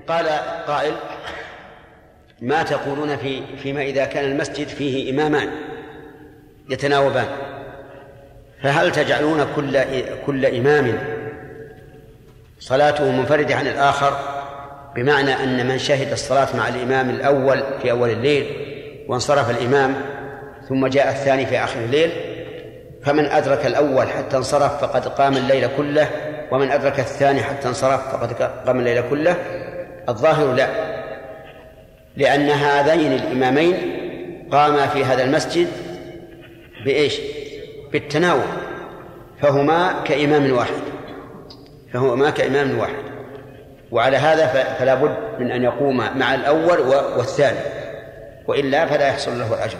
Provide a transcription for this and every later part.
قال قائل: ما تقولون فيما إذا كان المسجد فيه إمامان يتناوبان، فهل تجعلون كل إمام صلاته منفردة عن الآخر، بمعنى أن من شهد الصلاة مع الإمام الأول في أول الليل وانصرف الإمام ثم جاء الثاني في آخر الليل، فمن أدرك الأول حتى انصرف فقد قام الليل كله، ومن أدرك الثاني حتى انصرف فقد قام الليل كله؟ الظاهر لا، لأن هذين الإمامين قاما في هذا المسجد بإيش؟ بالتناوب، فهما كإمام واحد، وعلى هذا فلا بد من أن يقوم مع الأول والثاني، وإلا فلا يحصل له الأجر.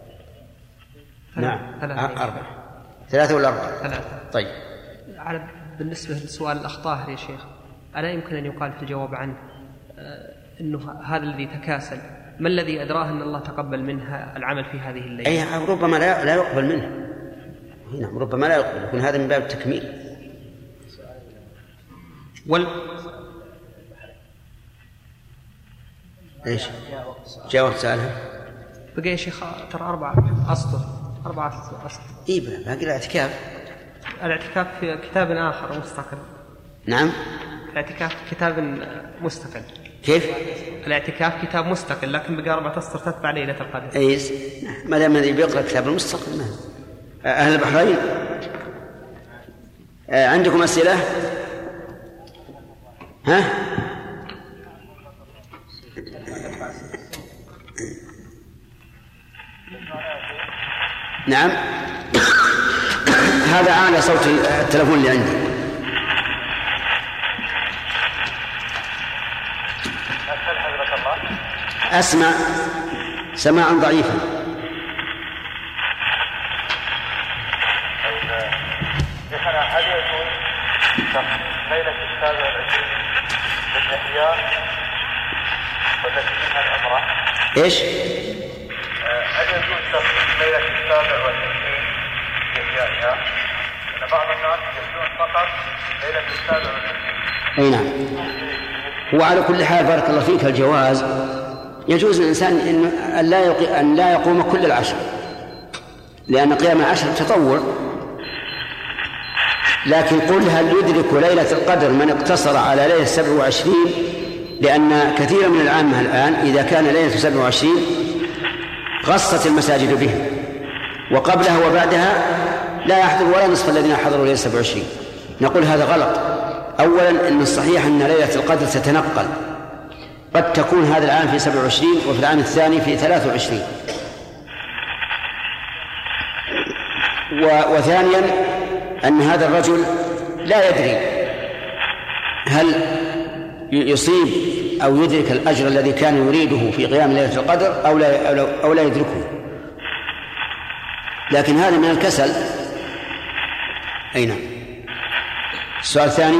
نعم. 3 ولا 4؟ 3. طيب. بالنسبة لسؤال الأخ طاهر يا شيخ، ألا يمكن أن يقال في الجواب عنه أنه هذا الذي تكاسل ما الذي أدراه أن الله تقبل منها العمل في هذه الليلة؟ أي ربما لا يقبل منه. نعم، ربما لا يقبل، يكون هذا من باب التكميل. إيش جاوب سألها؟ بقي يا شيخ ترى 4 أسطر. إيه باقي الاعتكاف في كتاب آخر مستقل. نعم، الاعتكاف كتاب مستقل. كيف؟ الاعتكاف كتاب مستقل، لكن بقى 4 أسطر تتبع ليلة القدر. أيس، ما دام الذي بيقرأ كتاب المستقل. أهل البحرين، عندكم أسئلة؟ ها؟ نعم. هذا أعلى صوت التلفون اللي عندي. أسمع سماعا ضعيفا. هل يجوز ليلة 27 بالإحياء والتي منها العمرة؟ إيش؟ هل يجوز تخصيص ليلة 27 بإحيائها؟ أن بعض الناس يجوز فقط ليلة 27. أي نعم. وعلى كل حال بارك الله فيك، الجواز يجوز للإنسان أن لا يقوم كل العشر، لأن قيام العشر تطور. لكن قل هل يدرك ليلة القدر من اقتصر على ليلة 27؟ لأن كثير من العامة الآن إذا كان ليلة 27 غصت المساجد به، وقبلها وبعدها لا يحضر ولا نصف الذين حضروا ليلة 27. نقول هذا غلط. أولا إن الصحيح أن ليلة القدر تتنقل، قد تكون هذا العام في 27 وفي العام الثاني في 23. وثانيا أن هذا الرجل لا يدري هل يصيب أو يدرك الأجر الذي كان يريده في قيام ليلة القدر أو لا يدركه، لكن هذا من الكسل. أي نعم. السؤال الثاني.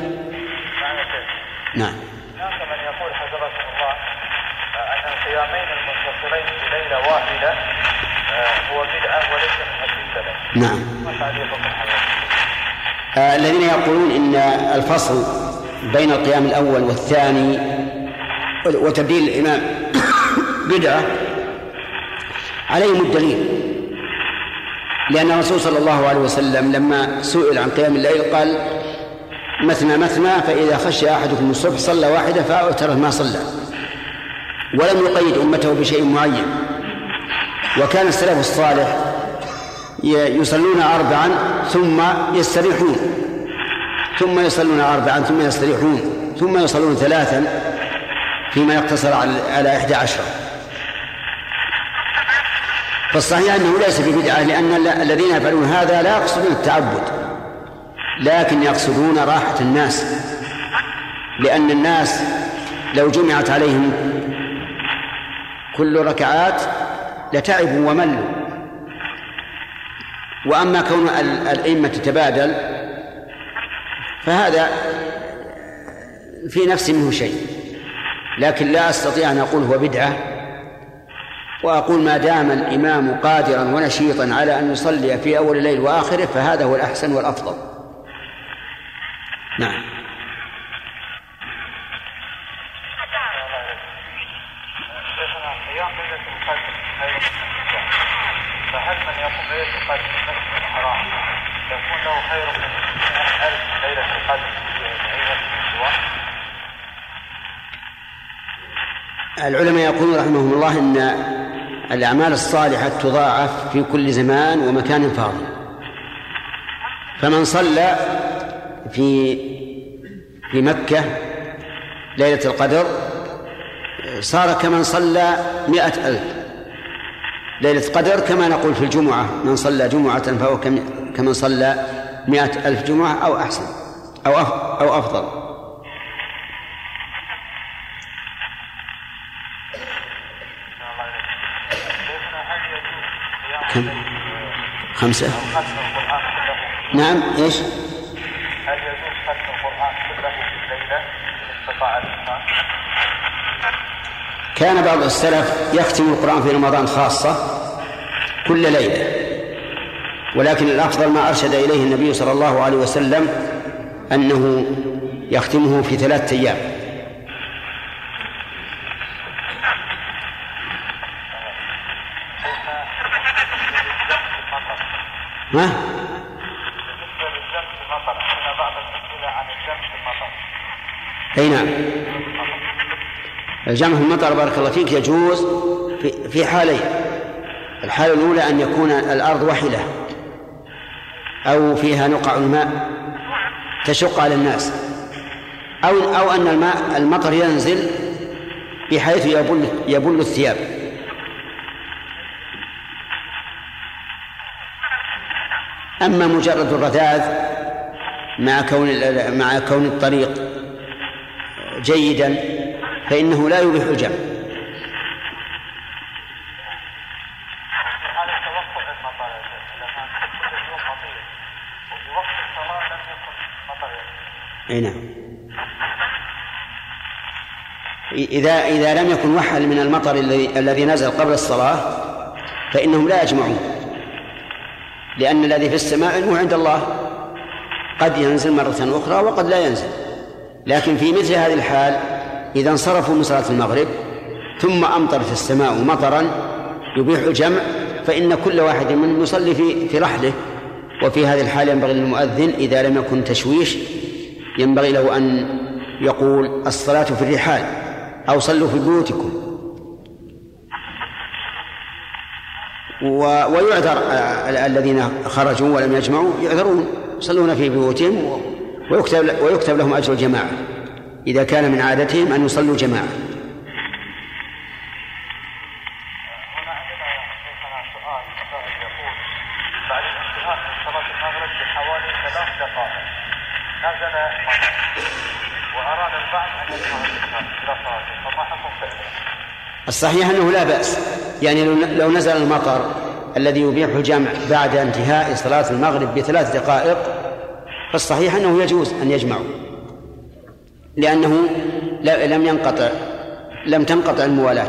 نعم. هناك من يقول حفظكم الله أن القيامين المنفصلين في ليلة واحدة هو بدعة وليس من هدي السلف. نعم. ما تعليقكم حضرتك؟ الذين يقولون إن الفصل بين القيام الأول والثاني وتبديل الإمام بدعة عليهم الدليل، لأن الرسول صلى الله عليه وسلم لما سئل عن قيام الليل قال مثنى مثنى، فإذا خشي أحدكم الصبح صلى واحدة فأوتر ما صلى، ولم يقيد أمته بشيء معين. وكان السلف الصالح يصلون 4 ثم يستريحون، ثم يصلون 4 ثم يستريحون، ثم يصلون 3 فيما يقتصر على 11. فالصحيح أنه ليس ببدعة، لأن الذين يفعلون هذا لا يقصدون التعبد، لكن يقصدون راحة الناس، لأن الناس لو جمعت عليهم كل ركعات لتعبوا وملوا. وأما كون الأئمة تتبادل فهذا في نفس منه شيء، لكن لا أستطيع أن أقول هو بدعة، وأقول ما دام الإمام قادرا ونشيطا على أن يصلي في أول الليل وآخره فهذا هو الأحسن والأفضل. نعم. قيام ليلة القدر خير من الإنسان، فهل من يقوم ليلة القدر في المسجد الحرام يكون له خير من 100,000 ليلة القدر في أي مسجد سواء؟ العلماء يقولون رحمهم الله إن الأعمال الصالحة تضاعف في كل زمان ومكان فاضل، فمن صلى في مكة ليلة القدر صار كمن صلى 100,000 ليلة قدر، كما نقول في الجمعة من صلى جمعة فهو كمن صلى 100,000 جمعة أو أحسن أو أفضل. كم؟ 5. نعم. إيش؟ هل يجوز ختم القرآن كله في الليلة إن استطاع الإنسان؟ كان بعض السلف يختم القرآن في رمضان خاصة كل ليلة، ولكن الأفضل ما أرشد إليه النبي صلى الله عليه وسلم أنه يختمه في 3 أيام. ما؟ بالنسبة للجمع في المطر، عندنا بعض الأسئلة عن الجمع في المطر. أي نعم. الجمع في المطر بارك الله فيك يجوز في حالين. الحالة الأولى أن يكون الأرض وحلة أو فيها نقع الماء تشق على الناس، أو أن المطر ينزل بحيث يبل الثياب. أما مجرد الرذاذ مع كون الطريق جيدا فإنه لا يبيح الجمع. في حالة توقع المطر إذا كان كل يوم مطير وفي وقت الصلاة لم يكن مطر. أي نعم. إذا لم يكن وحل من المطر الذي نزل قبل الصلاة فإنهم لا يجمعون، لأن الذي في السماء علمه عند الله، قد ينزل مرة أخرى وقد لا ينزل. لكن في مثل هذه الحال إذا انصرفوا من صلاة المغرب ثم أمطرت السماء مطرا يبيح الجمع، فإن كل واحد منهم يصلي في رحله. وفي هذه الحال ينبغي للمؤذن إذا لم يكن تشويش ينبغي له أن يقول الصلاة في الرحال أو صلوا في بيوتكم. ويعذر الذين خرجوا ولم يجمعوا، يعذرون يصلون في بيوتهم ويكتب لهم أجر الجماعة إذا كان من عادتهم أن يصلوا جماعة. هنا عندنا سؤال يقول بعد الانتهاء من صلاة المغرب بحوالي 3 دقائق نزل مطر وأراد البعض أن يدفع إلى صلاته، فما حكم فعله؟ الصحيح أنه لا بأس، يعني لو نزل المطر الذي يبيح الجمع بعد انتهاء صلاة المغرب ب3 دقائق فالصحيح أنه يجوز أن يجمعوا، لأنه لم تنقطع الموالاة.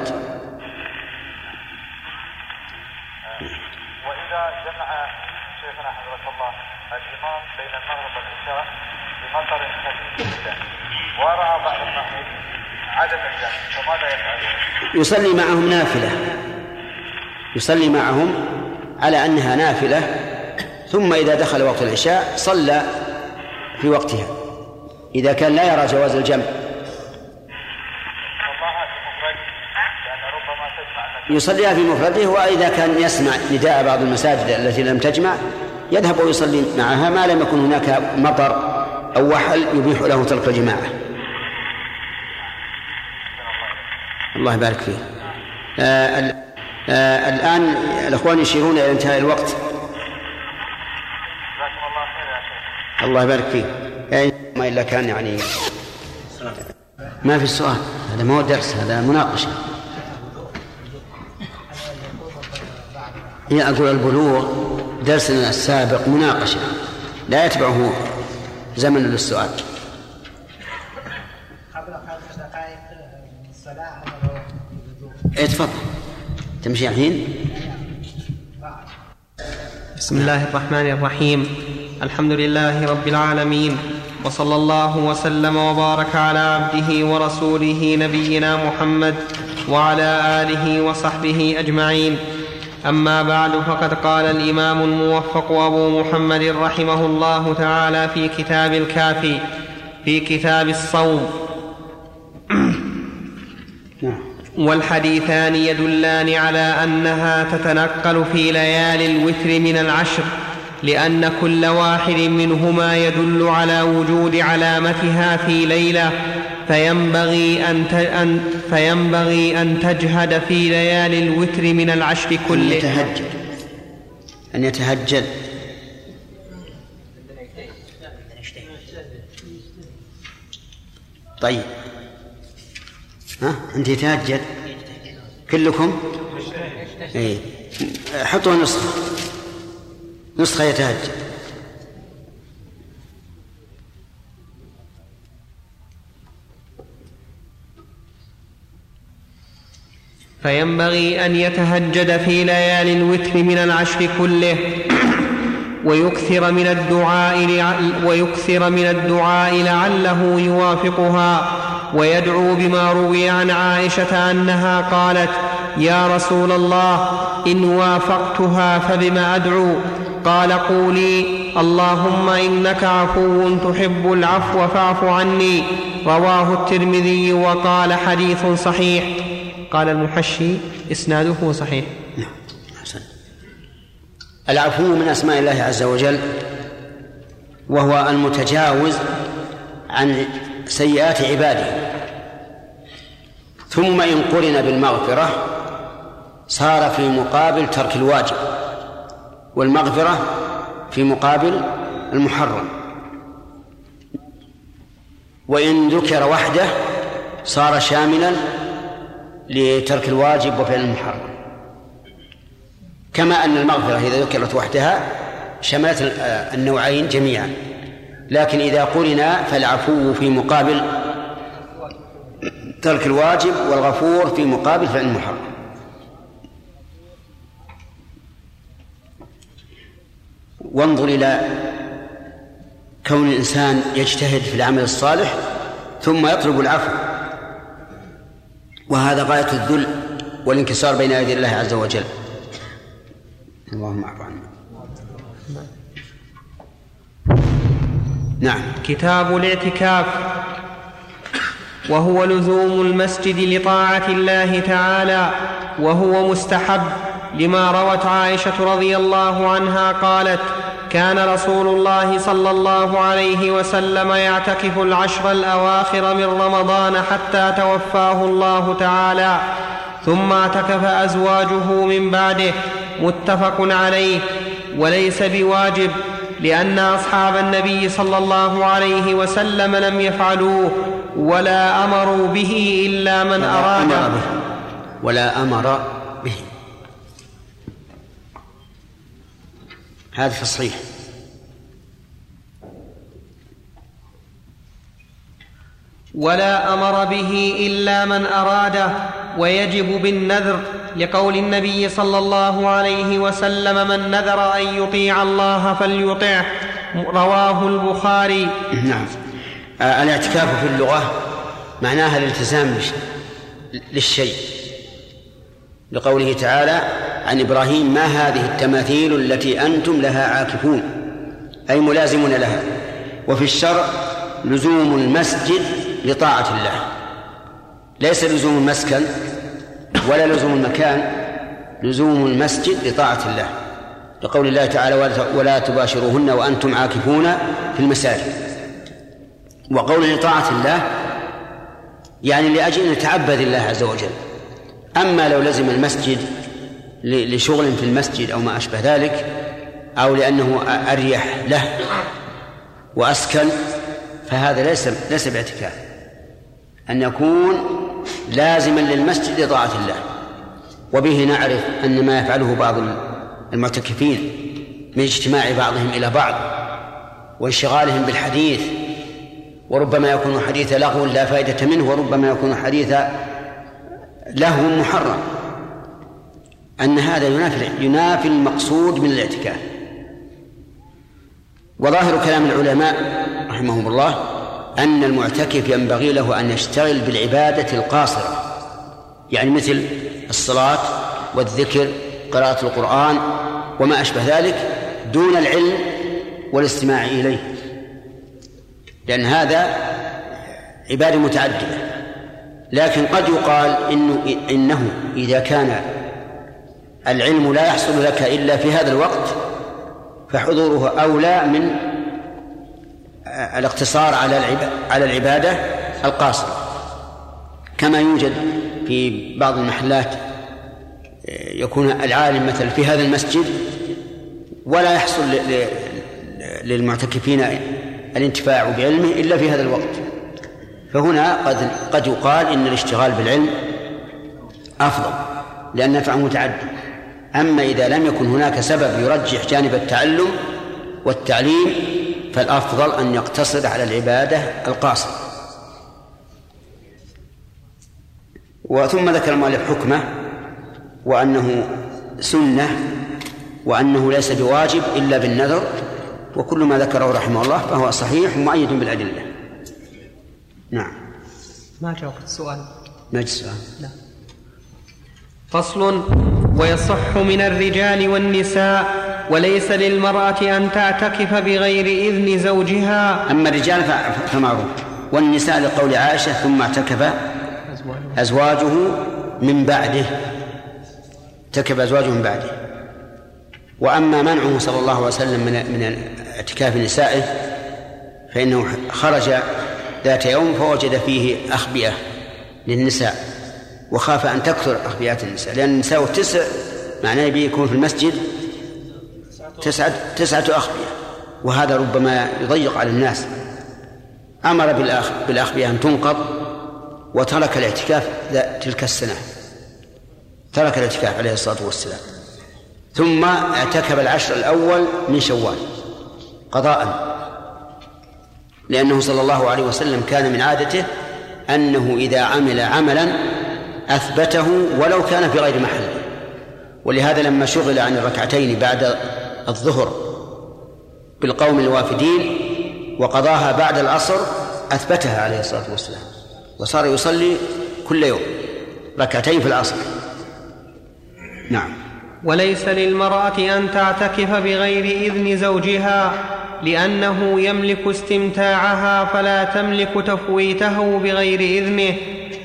وإذا جمع شيخنا حفظه الله الإمام بين المغرب والعشاء بمطر شديد جدا ورأى بعض الناس عدم الجمع فماذا يفعل؟ يصلي معهم نافلة، يصلي معهم على أنها نافلة، ثم إذا دخل وقت العشاء صلى في وقتها إذا كان لا يرى جواز الجمع. يصليها في مفرده، وإذا كان يسمع نداء بعض المساجد التي لم تجمع يذهب ويصلي معها ما لم يكن هناك مطر أو وحل يبيح له ترك الجماعة. الله يبارك فيه. الآن الأخوان يشيرون إلى انتهاء الوقت. الله يبارك فيه. ما إلا كان يعني ما في السؤال، هذا ما هو درس، هذا مناقشة. هي أقول البلوغ درسنا السابق مناقشة لا يتبعه زمن للسؤال. قبل 5 دقائق الصلاة تفضل تمشي الحين. بسم الله الرحمن الرحيم. الحمد لله رب العالمين، وصلى الله وسلم وبارك على عبده ورسوله نبينا محمد وعلى آله وصحبه أجمعين. أما بعد، فقد قال الإمام الموفق أبو محمد رحمه الله تعالى في كتاب الكافي في كتاب الصوم: والحديثان يدلان على أنها تتنقل في ليالي الوتر من العشر، لأن كل واحد منهما يدل على وجود علامتها في ليلة، فينبغي أن تجهد في ليالي الوتر من العشر كله. أن يتهجد. طيب، أنت يتهجد كلكم؟ إيه. حطوا نسخة يتهجد. فينبغي أن يتهجد في ليالي الوتر من العشر كله، ويكثر من الدعاء لعله يوافقها، ويدعو بما روي عن عائشة أنها قالت: يا رسول الله، إن وافقتها فبما أدعو؟ قال: قولي: اللهم إنك عفو تحب العفو فاعف عني. رواه الترمذي وقال: حديث صحيح. قال المحشي: إسناده صحيح. العفو من أسماء الله عز وجل، وهو المتجاوز عن سيئات عباده. ثم إن قرن بالمغفرة صار في مقابل ترك الواجب، والمغفرة في مقابل المحرم. وإن ذكر وحده صار شاملا لترك الواجب وفعل المحرم، كما أن المغفرة إذا ذكرت وحدها شملت النوعين جميعا، لكن إذا قرنا فالعفو في مقابل ترك الواجب، والغفور في مقابل فعل المحرم. وانظر إلى كون الإنسان يجتهد في العمل الصالح ثم يطلب العفو، وهذا غاية الذل والانكسار بين يدي الله عز وجل. اللهم اعف عنا. نعم. كتاب الاعتكاف، وهو لزوم المسجد لطاعة الله تعالى، وهو مستحب، لما روت عائشة رضي الله عنها قالت: كان رسول الله صلى الله عليه وسلم يعتكف العشر الأواخر من رمضان حتى توفاه الله تعالى، ثم اعتكف أزواجه من بعده. متفق عليه. وليس بواجب، لأن أصحاب النبي صلى الله عليه وسلم لم يفعلوه ولا أمروا به إلا من أراد ولا أمر به. هذا تصحيح. ولا أمر به إلا من أراده، ويجب بالنذر، لقول النبي صلى الله عليه وسلم: من نذر أن يطيع الله فليطعه. رواه البخاري. نعم. الاعتكاف في اللغة معناها الالتزام للشيء، لقوله تعالى عن إبراهيم: ما هذه التماثيل التي أنتم لها عاكفون، أي ملازمون لها. وفي الشرع لزوم المسجد لطاعة الله، ليس لزوم المسكن ولا لزوم المكان، لزوم المسجد لطاعة الله، لقول الله تعالى: ولا تباشروهن وأنتم عاكفون في المساجد. وقول لطاعة الله يعني لأجل أن نتعبد الله عز وجل. أما لو لزم المسجد لشغل في المسجد أو ما أشبه ذلك، أو لأنه أريح له وأسكن، فهذا ليس باعتكاف. أن يكون لازما للمسجد لطاعة الله. وبه نعرف أن ما يفعله بعض المعتكفين من اجتماع بعضهم إلى بعض وانشغالهم بالحديث، وربما يكون حديث لغو لا فائدة منه، وربما يكون حديث لهو محرم، أن هذا ينافي المقصود من الاعتكاف. وظاهر كلام العلماء رحمهم الله أن المعتكف ينبغي له أن يشتغل بالعبادة القاصرة، يعني مثل الصلاة والذكر، قراءة القرآن وما أشبه ذلك، دون العلم والاستماع إليه، لأن هذا عبادة متعددة. لكن قد يقال إنه إذا كان العلم لا يحصل لك إلا في هذا الوقت فحضوره أولى من الاقتصار على العبادة القاصرة، كما يوجد في بعض المحلات يكون العالم مثلا في هذا المسجد ولا يحصل للمعتكفين الانتفاع بعلمه إلا في هذا الوقت، فهنا قد يقال إن الاشتغال بالعلم أفضل لأن نفعه متعدد. أما إذا لم يكن هناك سبب يرجح جانب التعلم والتعليم فالأفضل أن يقتصر على العبادة القاصرة. وثم ذكر المؤلف حكمه وأنه سنة وأنه ليس بواجب إلا بالنذر، وكل ما ذكره رحمه الله فهو صحيح ومؤيد بالأدلة. نعم. ما جاوبت السؤال. ما جاء السؤال. لا. فصل: ويصح من الرجال والنساء وليس للمرأة أن تعتكف بغير إذن زوجها. أما الرجال فمعروف، والنساء لقول عائشة ثم اعتكف أزواجه من بعده، اعتكف أزواجه من بعده. وأما منعه صلى الله عليه وسلم من اعتكاف نسائه فإنه خرج ذات يوم فوجد فيه أخبئة للنساء وخاف أن تكثر أخبئات النساء، لأن النساء 9 معناه بيكون في المسجد 9 أخبئة، وهذا ربما يضيق على الناس. أمر بالأخبئة أن تنقض وترك الاعتكاف تلك السنة، ترك الاعتكاف عليه الصلاة والسلام، ثم اعتكف العشر الأول من شوال قضاء، لأنه صلى الله عليه وسلم كان من عادته أنه إذا عمل عملا أثبته ولو كان في غير محله. ولهذا لما شغل عن الركعتين بعد الظهر بالقوم الوافدين وقضاها بعد العصر أثبتها عليه الصلاة والسلام، وصار يصلي كل يوم ركعتين في العصر. نعم. وليس للمرأة أن تعتكف بغير إذن زوجها لأنه يملك استمتاعها فلا تملك تفويته بغير إذنه.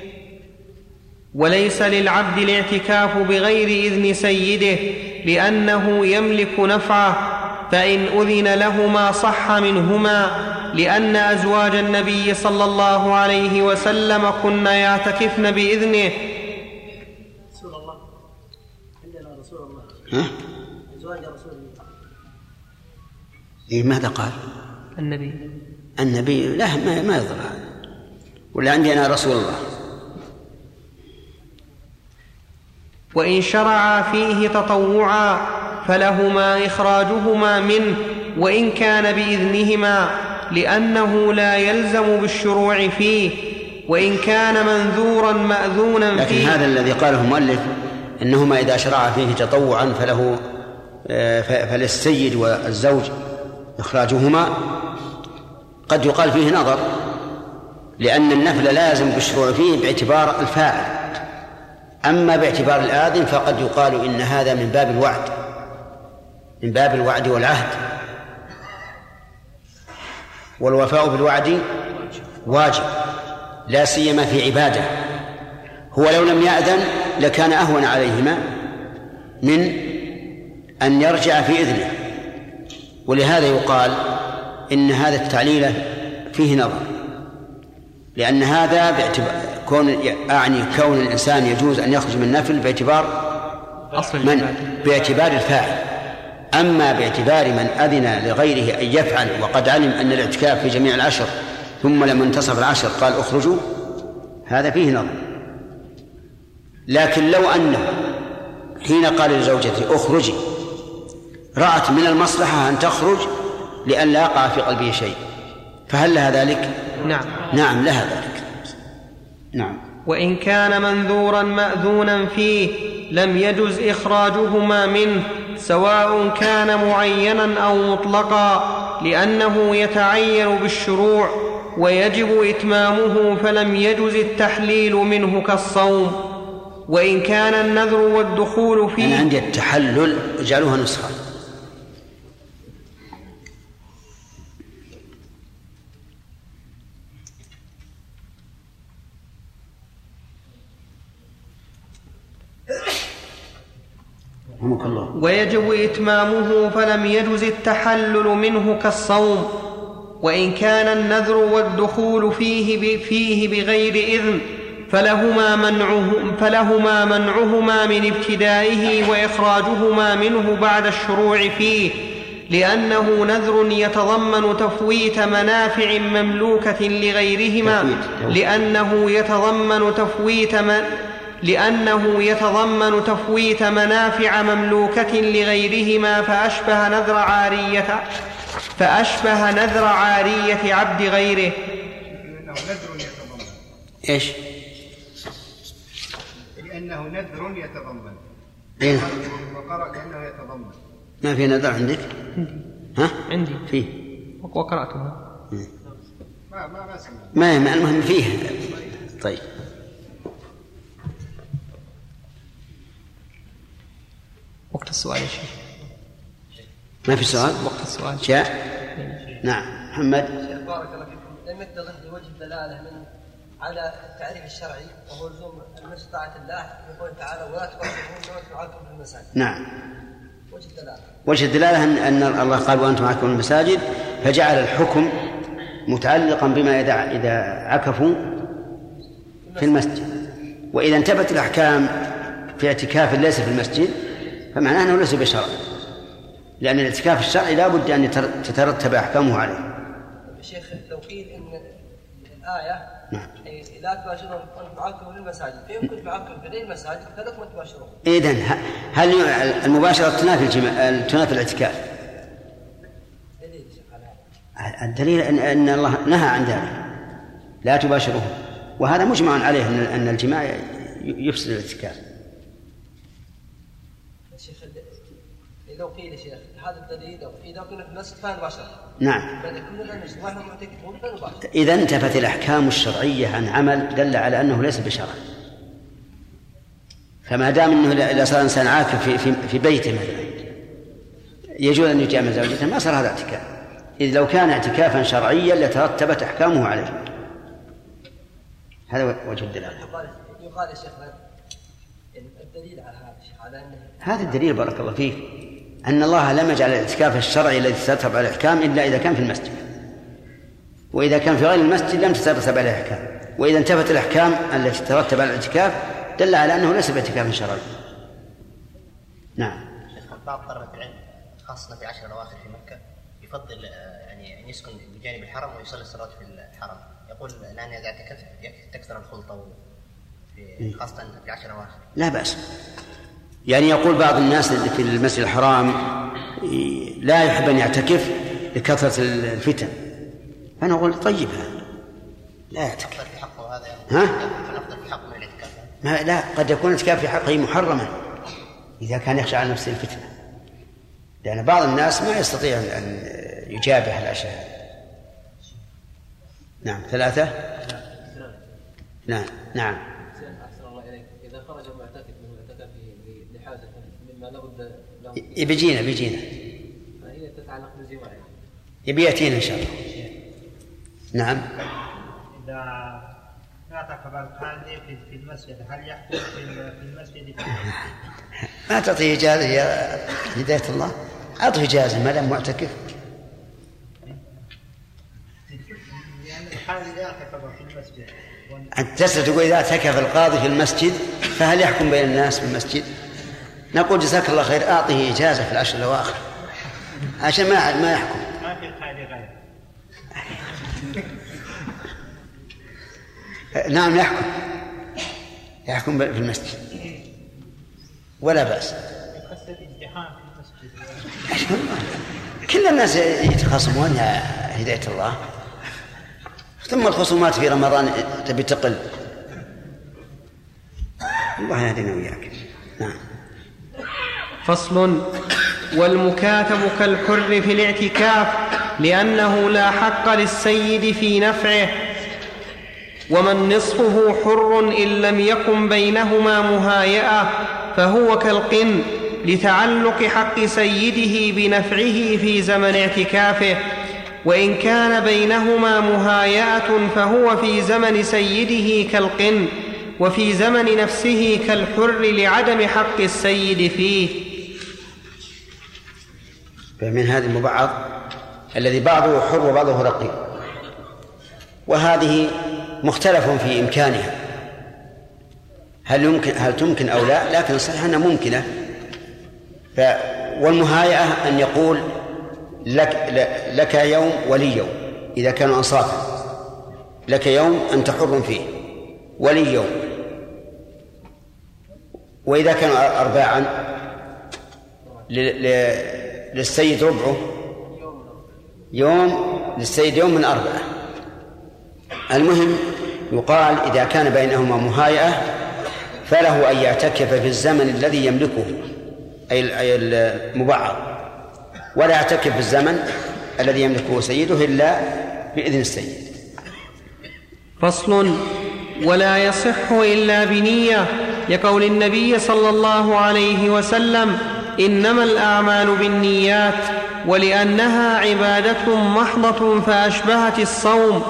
وليس للعبد الاعتكاف بغير إذن سيده لأنه يملك نفعه، فإن أذن لهما صح منهما، لأن أزواج النبي صلى الله عليه وسلم كن يعتكفن بإذنه. رسول الله عندنا رسول الله أزواج رسول الله. إيه ماذا قال؟ النبي لا ما يضر هذا، ولا عندنا رسول الله. وإن شرعا فيه تطوعا فلهما إخراجهما منه وإن كان بإذنهما، لأنه لا يلزم بالشروع فيه، وإن كان منذورا مأذونا فيه. لكن هذا الذي قاله المؤلف إنهما إذا شرع فيه تطوعا فللسيد والزوج إخراجهما قد يقال فيه نظر، لأن النفل لا يلزم بالشروع فيه باعتبار الفاعل، أما باعتبار الآذن فقد يقال إن هذا من باب الوعد والعهد، والوفاء بالوعد واجب لا سيما في عبادة. هو لو لم يأذن لكان أهون عليهما من أن يرجع في إذنه، ولهذا يقال إن هذا التعليل فيه نظر، لأن هذا كون الإنسان يجوز أن يخرج من النفل باعتبار الفاعل. أما باعتبار من أذن لغيره أن يفعل وقد علم أن الاعتكاف في جميع العشر ثم لما انتصف العشر قال اخرجوا، هذا فيه نظر. لكن لو أنه حين قال لزوجته اخرجي رأت من المصلحة أن تخرج لئلا يقع في قلبه شيء، فهل لها ذلك؟ نعم لها ذلك. نعم. وإن كان منذورا مأذونا فيه لم يجز إخراجهما منه، سواء كان معينا أو مطلقا، لأنه يتعين بالشروع ويجب إتمامه، فلم يجز التحليل منه كالصوم. وإن كان النذر والدخول فيه، أنا عندي التحلل اجعلوها نسخة. ويجب إتمامه، فلم يجز التحلل منه كالصوم. وإن كان النذر والدخول فيه بغير إذن فلهما منعهما من ابتدائه وإخراجهما منه بعد الشروع فيه، لأنه نذر يتضمن تفويت منافع مملوكة لغيرهما، لأنه يتضمن تفويت منافع مملوكة لغيرهما، فأشبه نذر عارية عبد غيره. إيش؟ لأنه نذر يتضمن. إيه؟ وقرأ لأنه يتضمن. ما في نذر عندك؟ ها؟ عندي فيه وقرأتها. ما المهم فيه. طيب وقت السؤال يا شيخ. ما في سؤال؟ وقت السؤال جاء. نعم محمد. بارك الله فيكم. لم يتضح لوجه الدلالة من على التعريف الشرعي وهو لزوم المسجد طاعة الله، يقول تعالى ولا تباشرون وأنتم عاكفون في المساجد. نعم. وجه الدلالة أن الله قال وأنتم عاكفون في المساجد، فجعل الحكم متعلقا بما إذا عكفوا في المسجد. وإذا انتبت الأحكام في اعتكاف ليس في المسجد فمعناه أنه ليس بشرع، لأن الاعتكاف الشرعي لا بد أن تترتب أحكامه عليه. شيخ لو قيل إن الآية لا تباشرون وأنتم عاكفون في المساجد، فيمكن تعاكف في غير المساجد فلكم تباشرون. إذن هل المباشرة تنافي الاعتكاف؟ الدليل أن الله نهى عن ذلك، لا تباشروه، وهذا مجمع عليه أن الجماع يفسد الاعتكاف. شيخ لو قيل شيخ هذا الدليل إذا كنا في المسجد فنباشر. نعم. إذا انتفت الأحكام الشرعية عن عمل دل على أنه ليس بشرع، فما دام أنه إذا صار إنسان عاكف في بيته مثلا يجوز أن يجامع زوجته ما صار هذا اعتكاف، إذ لو كان اعتكافا شرعيا لترتبت أحكامه عليه. هذا وجه الدلالة. يقال يا شيخ الدليل على هذا الشيخ على أنه هذا الدليل بارك الله فيك أن الله لم يجعل الاعتكاف الشرعي الذي تترتب على الأحكام إلا إذا كان في المسجد، وإذا كان في غير المسجد لم تترتب على الأحكام. وإذا انتفت الأحكام التي تترتب على الاعتكاف دل على أنه ليس باعتكاف شرعي. نعم. بعض طلبة العلم خاصة في 10 الأواخر في مكة يفضل يعني أن يسكن بجانب الحرم ويصلي الصلاة في الحرم. يقول الآن إذا اعتكفت تكثر الخلطة خاصة في 10 الأواخر. لا بأس. يعني يقول بعض الناس في المسجد الحرام لا يحب أن يعتكف لكثرة الفتن، فأنا أقول طيب لا يعتكف. في حقه هذا ها؟ نفضل في حقه من الاعتكاف. ما لا، قد يكون الاعتكاف في حقه محرما إذا كان يخشى على نفسه الفتنة، لأن بعض الناس ما يستطيع أن يجابه الأشياء. نعم. 3. نعم. نعم. إذا خرج المعتكف من الاعتكاف لحاجة مما لابد له بيجينا فهي تتعلق بالجماع يبياتين إن شاء الله. نعم. إذا اعتكف القاضي في المسجد هل يحكم في المسجد؟ ما تعطيه إجازة يا هداية الله، أعطيه إجازة ما دام معتكف. يعني القاضي إذا اعتكف في المسجد أنت تسأل تقول إذا اعتكف القاضي في المسجد فهل يحكم بين الناس في المسجد؟ نقول جزاك الله خير أعطيه إجازة في 10 الأواخر عشان ما يحكم. ما في قاضي غير. نعم يحكم في المسجد ولا بأس. يقصد الازدحام في المسجد. كل الناس يتخاصمون يا هداية الله، ثم الخصومات في رمضان تبي تقل. الله يهدينا وياك. نعم. فصل. والمكاتب كالحر في الاعتكاف لأنه لا حق للسيد في نفعه، ومن نصفه حر إن لم يكن بينهما مهايئة فهو كالقن لتعلق حق سيده بنفعه في زمن اعتكافه، وإن كان بينهما مهايئة فهو في زمن سيده كالقن، وفي زمن نفسه كالحر لعدم حق السيد فيه. فمن هذا المبعض الذي بعضه حر وبعضه رقيق، وهذه مختلف في إمكانها، هل تمكن أو لا، لكن الصحيح أنها ممكنة. والمهايئة أن يقول لك يوم ولي يوم إذا كانوا أنصافا، لك يوم أنت حر فيه ولي يوم، وإذا كانوا أرباعا للسيد ربعه يوم، للسيد يوم من 4. المهم يقال إذا كان بينهما مهايئة فله أن يعتكف في الزمن الذي يملكه أي المبعض، ولا يعتكف في الزمن الذي يملكه سيده إلا بإذن السيد. فصل: ولا يصح إلا بنية، لقول النبي صلى الله عليه وسلم: إنما الأعمال بالنيات، ولأنها عبادة محضة فأشبهت الصوم.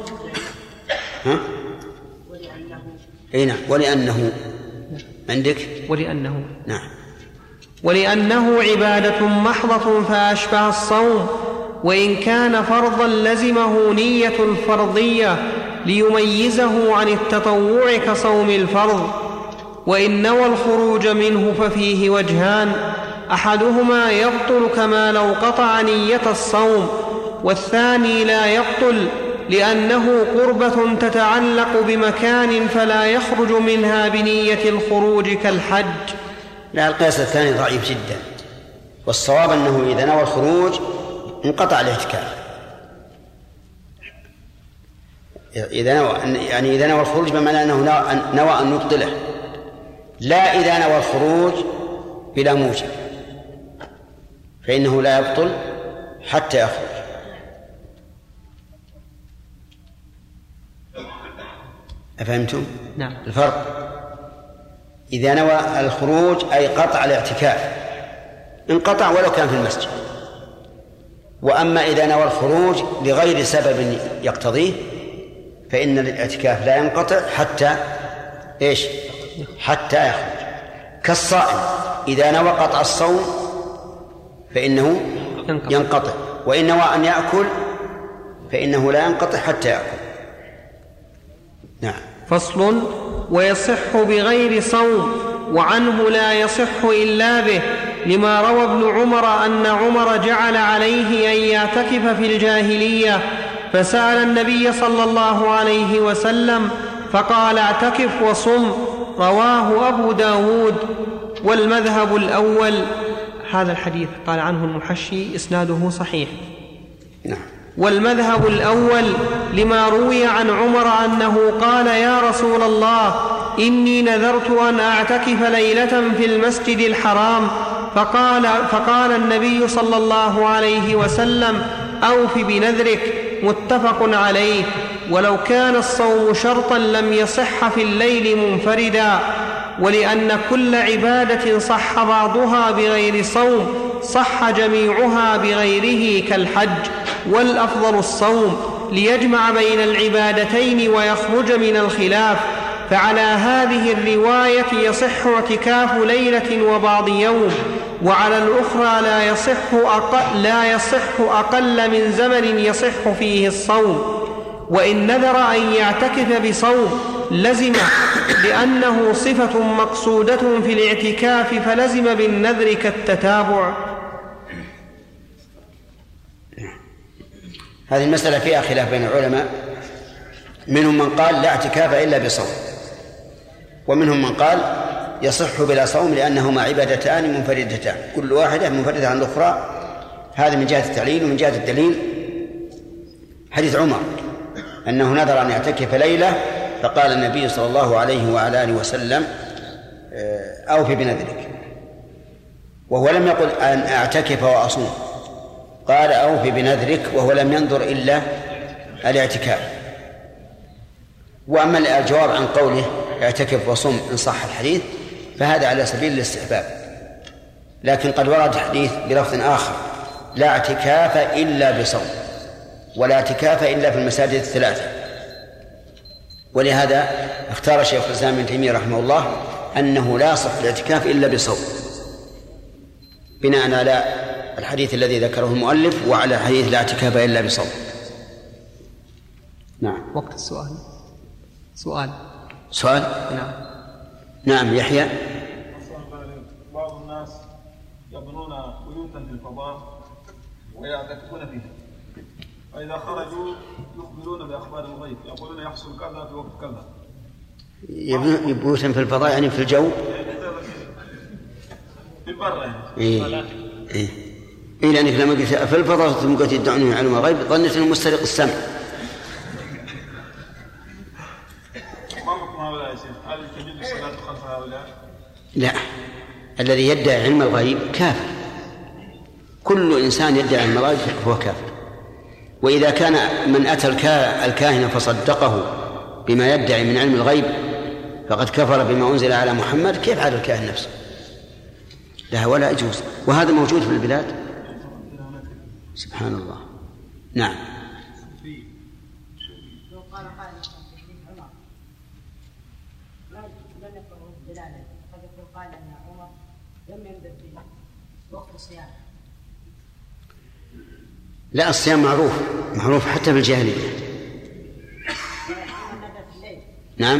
ولأنه عندك نعم، ولأنه عبادة محضة فأشبه الصوم، وإن كان فرضا لزمه نية الفرضية ليميزه عن التطوع كصوم الفرض. وإن نوى الخروج منه ففيه وجهان: أحدهما يبطل كما لو قطع نية الصوم، والثاني لا يبطل لأنه قربة تتعلق بمكان فلا يخرج منها بنية الخروج كالحج. لا، القياس الثاني ضعيف جدا، والصواب أنه إذا نوى الخروج انقطع الاعتكاف. إذا نوى الخروج بمعنى أنه نوى أن يبطله، لا إذا نوى الخروج بلا موجب، فإنه لا يبطل حتى يخرج. أفهمتم؟ نعم. الفرق إذا نوى الخروج أي قطع الاعتكاف انقطع ولو كان في المسجد، وأما إذا نوى الخروج لغير سبب يقتضيه فإن الاعتكاف لا ينقطع حتى يخرج. كالصائم إذا نوى قطع الصوم فإنه ينقطع، وإن نوى أن يأكل فإنه لا ينقطع حتى يأكل. نعم. فصل: ويصح بغير صوم، وعنه لا يصح إلا به، لما روى ابن عمر أن عمر جعل عليه أن يعتكف في الجاهلية، فسأل النبي صلى الله عليه وسلم فقال: اعتكف وصم. رواه أبو داود. والمذهب الأول، هذا الحديث قال عنه المحشي إسناده صحيح. نعم. والمذهب الأول لما روي عن عمر أنه قال: يا رسول الله، إني نذرت أن أعتكف ليلة في المسجد الحرام، فقال النبي صلى الله عليه وسلم: أوف بنذرك. متفق عليه. ولو كان الصوم شرطا لم يصح في الليل منفردا، ولأن كل عبادة صح بعضها بغير صوم صح جميعها بغيره كالحج، والأفضل الصوم ليجمع بين العبادتين ويخرج من الخلاف. فعلى هذه الرواية يصح اعتكاف ليلة وبعض يوم، وعلى الأخرى لا يصح أقل من زمن يصح فيه الصوم. وإن نذر أن يعتكف بصوم لزم، لأنه صفة مقصودة في الاعتكاف، فلزم بالنذر كالتتابع. هذه المسألة فيها خلاف بين العلماء، منهم من قال لا اعتكاف إلا بصوم، ومنهم من قال يصح بلا صوم لأنهما عبادتان منفردتان كل واحدة منفردة عن الأخرى. هذا من جهة التعليل. ومن جهة الدليل حديث عمر أنه نذر أن يعتكف ليلة، فقال النبي صلى الله عليه وعلى آله وسلم: أوف بنذرك. وهو لم يقل أن أعتكف وأصوم، قال أوفي بنذرك وهو لم ينظر إلا الاعتكاف. وأما الجواب عن قوله اعتكف وصم إن صح الحديث فهذا على سبيل الاستحباب، لكن قد ورد حديث بلفظ آخر لا اعتكاف إلا بصوم ولا اعتكاف إلا في المساجد الثلاثة. ولهذا اختار شيخ الإسلام ابن تيمية رحمه الله أنه لا يصح الاعتكاف إلا بصوم، بناء على الحديث الذي ذكره المؤلف وعلى حديث لا اعتكاف إلا بصوم. نعم. وقت السؤال. سؤال؟ نعم يحيى. بعض الناس يبنون بيوتا في الفضاء ويعتكفون فيها، فإذا خرجوا يخبرون بأخبار الغيب، يقولون يحصل كذا في وقت كذا. بيوتا في الفضاء يعني في الجو؟ في البر يعني. إيه لأنك لما قلت في الفضاء ثم قلت يدعون علم الغيب ظنيت أنه مسترق السمع. ما حكم هؤلاء يا شيخ؟ هل تجوز الصلاة خلف هؤلاء؟ لا، الذي يدعي علم الغيب كافر. كل إنسان يدعي علم الغيب هو كافر. وإذا كان من أتى الكاهن فصدقه بما يدعي من علم الغيب فقد كفر بما أنزل على محمد، كيف على الكاهن نفسه؟ لا ولا يجوز. وهذا موجود في البلاد سبحان الله. نعم. لو قال قائل عمر لم يكن دلاله، قد يكون قال ان عمر لم ينبذ في وقت الصيام. لا، الصيام معروف حتى بالجاهلية. نعم.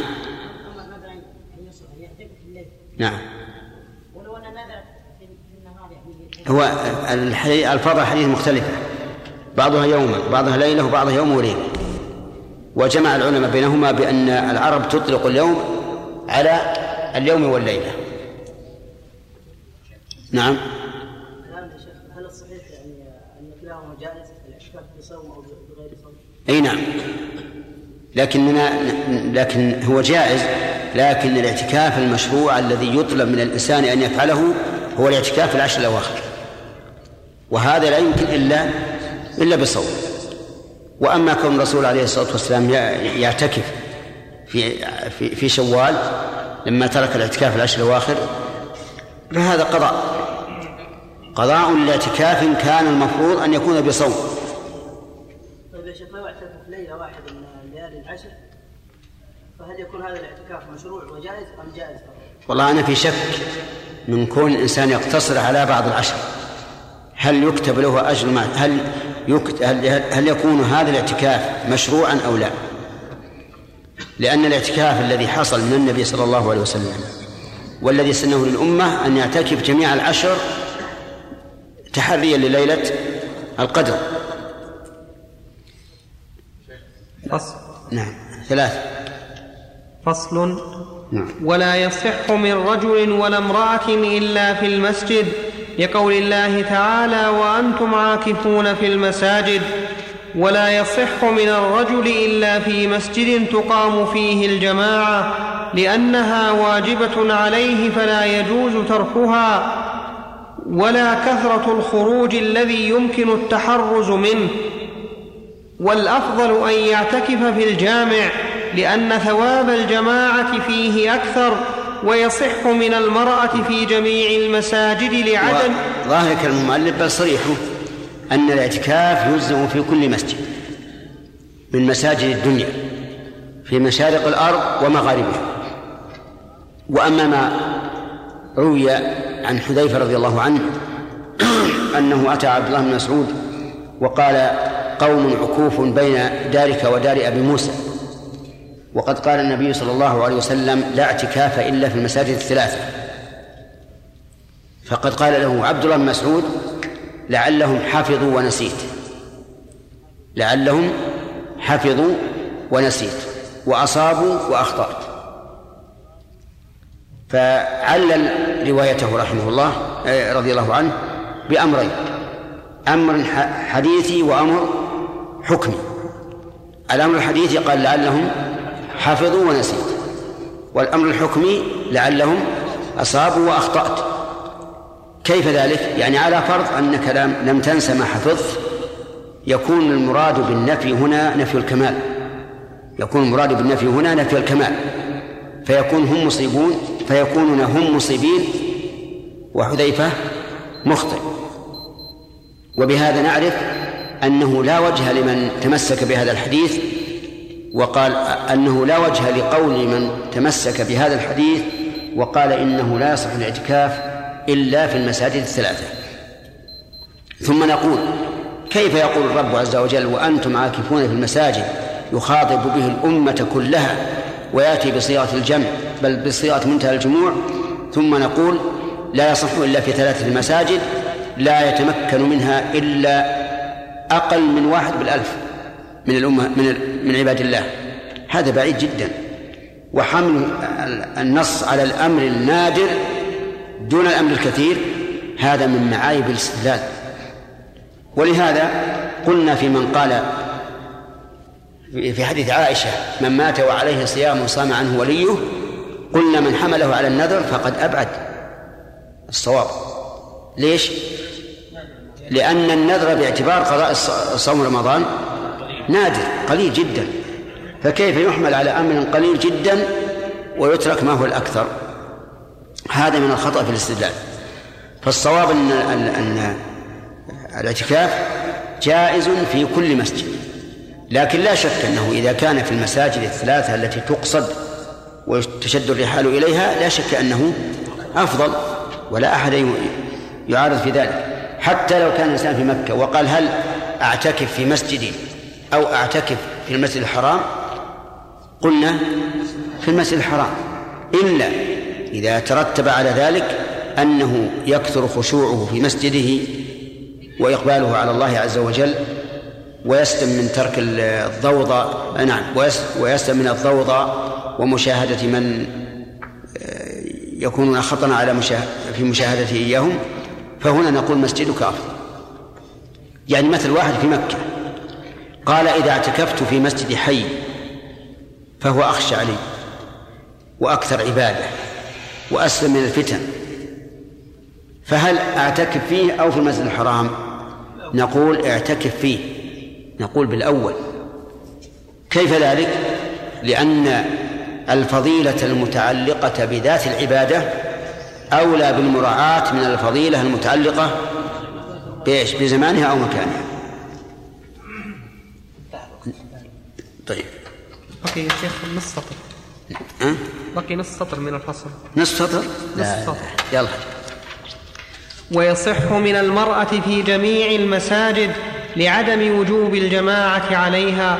نعم. ولو أن نذر في النهار هو الفضل حديث مختلفة، بعضها يوما بعضها ليلة وبعضها يوم وليلة، وجمع العلماء بينهما بأن العرب تطلق اليوم على اليوم والليلة. نعم. هل الصحيح أن كلاهما جائز الاعتكاف بصوم أو بغير صوم؟ أي نعم، لكن هو جائز، لكن الاعتكاف المشروع الذي يطلب من الإنسان أن يفعله هو الاعتكاف في العشر الأواخر، وهذا لا يمكن إلا بصوم. وأما كون الرسول عليه الصلاة والسلام يعتكف في شوال لما ترك الاعتكاف في العشر الأواخر فهذا قضاء لاعتكاف كان المفروض أن يكون بصوم. طيب يا شيخ، لو اعتكف ليلة واحدة من ليالي العشر فهل يكون هذا الاعتكاف مشروع وجائز أم جائز؟ والله أنا في شك من كون الإنسان يقتصر على بعض العشر، هل يكتب له أجر هل يكون هذا الاعتكاف مشروعا أو لا؟ لأن الاعتكاف الذي حصل من النبي صلى الله عليه وسلم والذي سنه للأمة أن يعتكف جميع العشر تحريا لليلة القدر. فصل. نعم. 3. فصل. نعم. ولا يصح من رجل ولا امرأة إلا في المسجد، لقول الله تعالى وأنتم عاكفون في المساجد. ولا يصح من الرجل إلا في مسجد تقام فيه الجماعة، لأنها واجبة عليه فلا يجوز تركها، ولا كثرة الخروج الذي يمكن التحرز منه. والأفضل أن يعتكف في الجامع، لأن ثواب الجماعة فيه أكثر، ويصح من المرأة في جميع المساجد لعدم. ظاهر كلام المؤلف بل صريحه أن الاعتكاف يلزم في كل مسجد من مساجد الدنيا في مشارق الأرض ومغاربها. وأما ما روي عن حذيفة رضي الله عنه أنه أتى عبد الله بن مسعود وقال قوم عكوف بين دارك ودار أبي موسى، وقد قال النبي صلى الله عليه وسلم لا اعتكاف إلا في المساجد الثلاثة. فقد قال له عبد الله بن مسعود لعلهم حفظوا ونسيت وأصابوا وأخطأت. فعلل روايته رحمه الله رضي الله عنه بأمرين: أمر حديثي وأمر حكمي. الأمر الحديثي قال لعلهم حفظوا ونسيت، والأمر الحكمي لعلهم أصابوا وأخطأت. كيف ذلك؟ يعني على فرض أنك لم تنس ما حفظت يكون المراد بالنفي هنا نفي الكمال، يكون المراد بالنفي هنا نفي الكمال، فيكونون هم مصيبين وحذيفة مخطئ. وبهذا نعرف أنه لا وجه لمن تمسك بهذا الحديث وقال أنه لا وجه لقول من تمسك بهذا الحديث وقال إنه لا يصح الاعتكاف إلا في المساجد الثلاثة. ثم نقول: كيف يقول الرب عز وجل وأنتم عاكفون في المساجد يخاطب به الأمة كلها ويأتي بصيغة الجمع بل بصيغة منتهى الجموع، ثم نقول لا يصح إلا في 3 مساجد لا يتمكن منها إلا أقل من 1 بالألف من الأمة من عباد الله؟ هذا بعيد جدا. وحمل النص على الأمر النادر دون الأمر الكثير هذا من معايب الاستدلال. ولهذا قلنا في من قال في حديث عائشة: من مات وعليه صيام صام عنه وليه، قلنا من حمله على النذر فقد أبعد الصواب. ليش؟ لأن النذر باعتبار قضاء صوم رمضان نادر قليل جدا، فكيف يحمل على أمر قليل جدا ويترك ما هو الأكثر؟ هذا من الخطأ في الاستدلال. فالصواب أن الاعتكاف جائز في كل مسجد، لكن لا شك أنه إذا كان في المساجد الثلاثة التي تقصد وتشد الرحال إليها لا شك أنه أفضل، ولا أحد يعارض في ذلك. حتى لو كان الإنسان في مكة وقال: هل أعتكف في مسجدي أو أعتكف في المسجد الحرام؟ قلنا في المسجد الحرام، إلا إذا ترتب على ذلك أنه يكثر خشوعه في مسجده وإقباله على الله عز وجل، ويسلم من ترك الضوضاء، ويسلم من الضوضاء ومشاهدة من يكونون خطرا على في مشاهدته إياهم، فهنا نقول مسجدك أفضل. يعني مثل واحد في مكة قال: إذا اعتكفت في مسجد حي فهو أخشى علي وأكثر عبادة وأسلم من الفتن، فهل أعتكف فيه أو في المسجد الحرام؟ نقول: اعتكف فيه. نقول بالأول. كيف ذلك؟ لأن الفضيلة المتعلقة بذات العبادة أولى بالمراعاة من الفضيلة المتعلقة بزمانها أو مكانها. طيب، بقي يا شيخ نص سطر. بقي نص سطر من الفصل. نص سطر؟ نص سطر. يلا. ويصح من المرأة في جميع المساجد لعدم وجوب الجماعة عليها.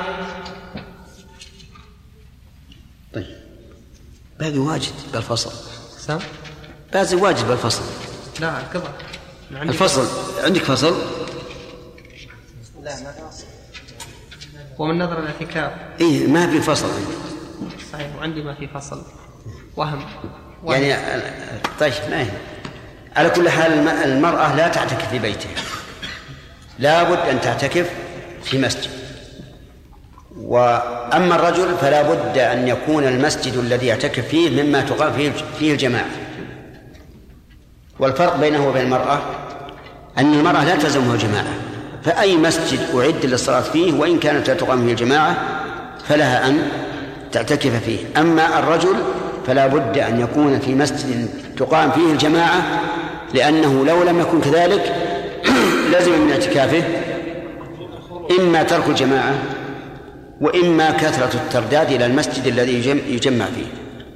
طيب، باقي واجد بالفصل. سام؟ باقي واجد بالفصل. لا كذا. الفصل عندك فصل؟ لا ما في فصل. ومن نظر الاعتكاف. إيه ما في فصل عندي. صحيح، وعندي ما في فصل. وهم. يعني طيب ما هي. على كل حال المرأة لا تعتكف في بيتها، لا بد أن تعتكف في مسجد. وأما الرجل فلا بد أن يكون المسجد الذي يعتكف فيه مما تقام فيه الجماعة. والفرق بينه وبين المرأة أن المرأة لا تلزمها الجماعة، فأي مسجد أعد للصلاة فيه وإن كانت لا تقام فيه الجماعة فلها أن تعتكف فيه. أما الرجل فلا بد أن يكون في مسجد تقام فيه الجماعة، لأنه لو لم يكن كذلك لازم من اعتكافه إما ترك الجماعة وإما كثرة الترداد إلى المسجد الذي يجمع فيه.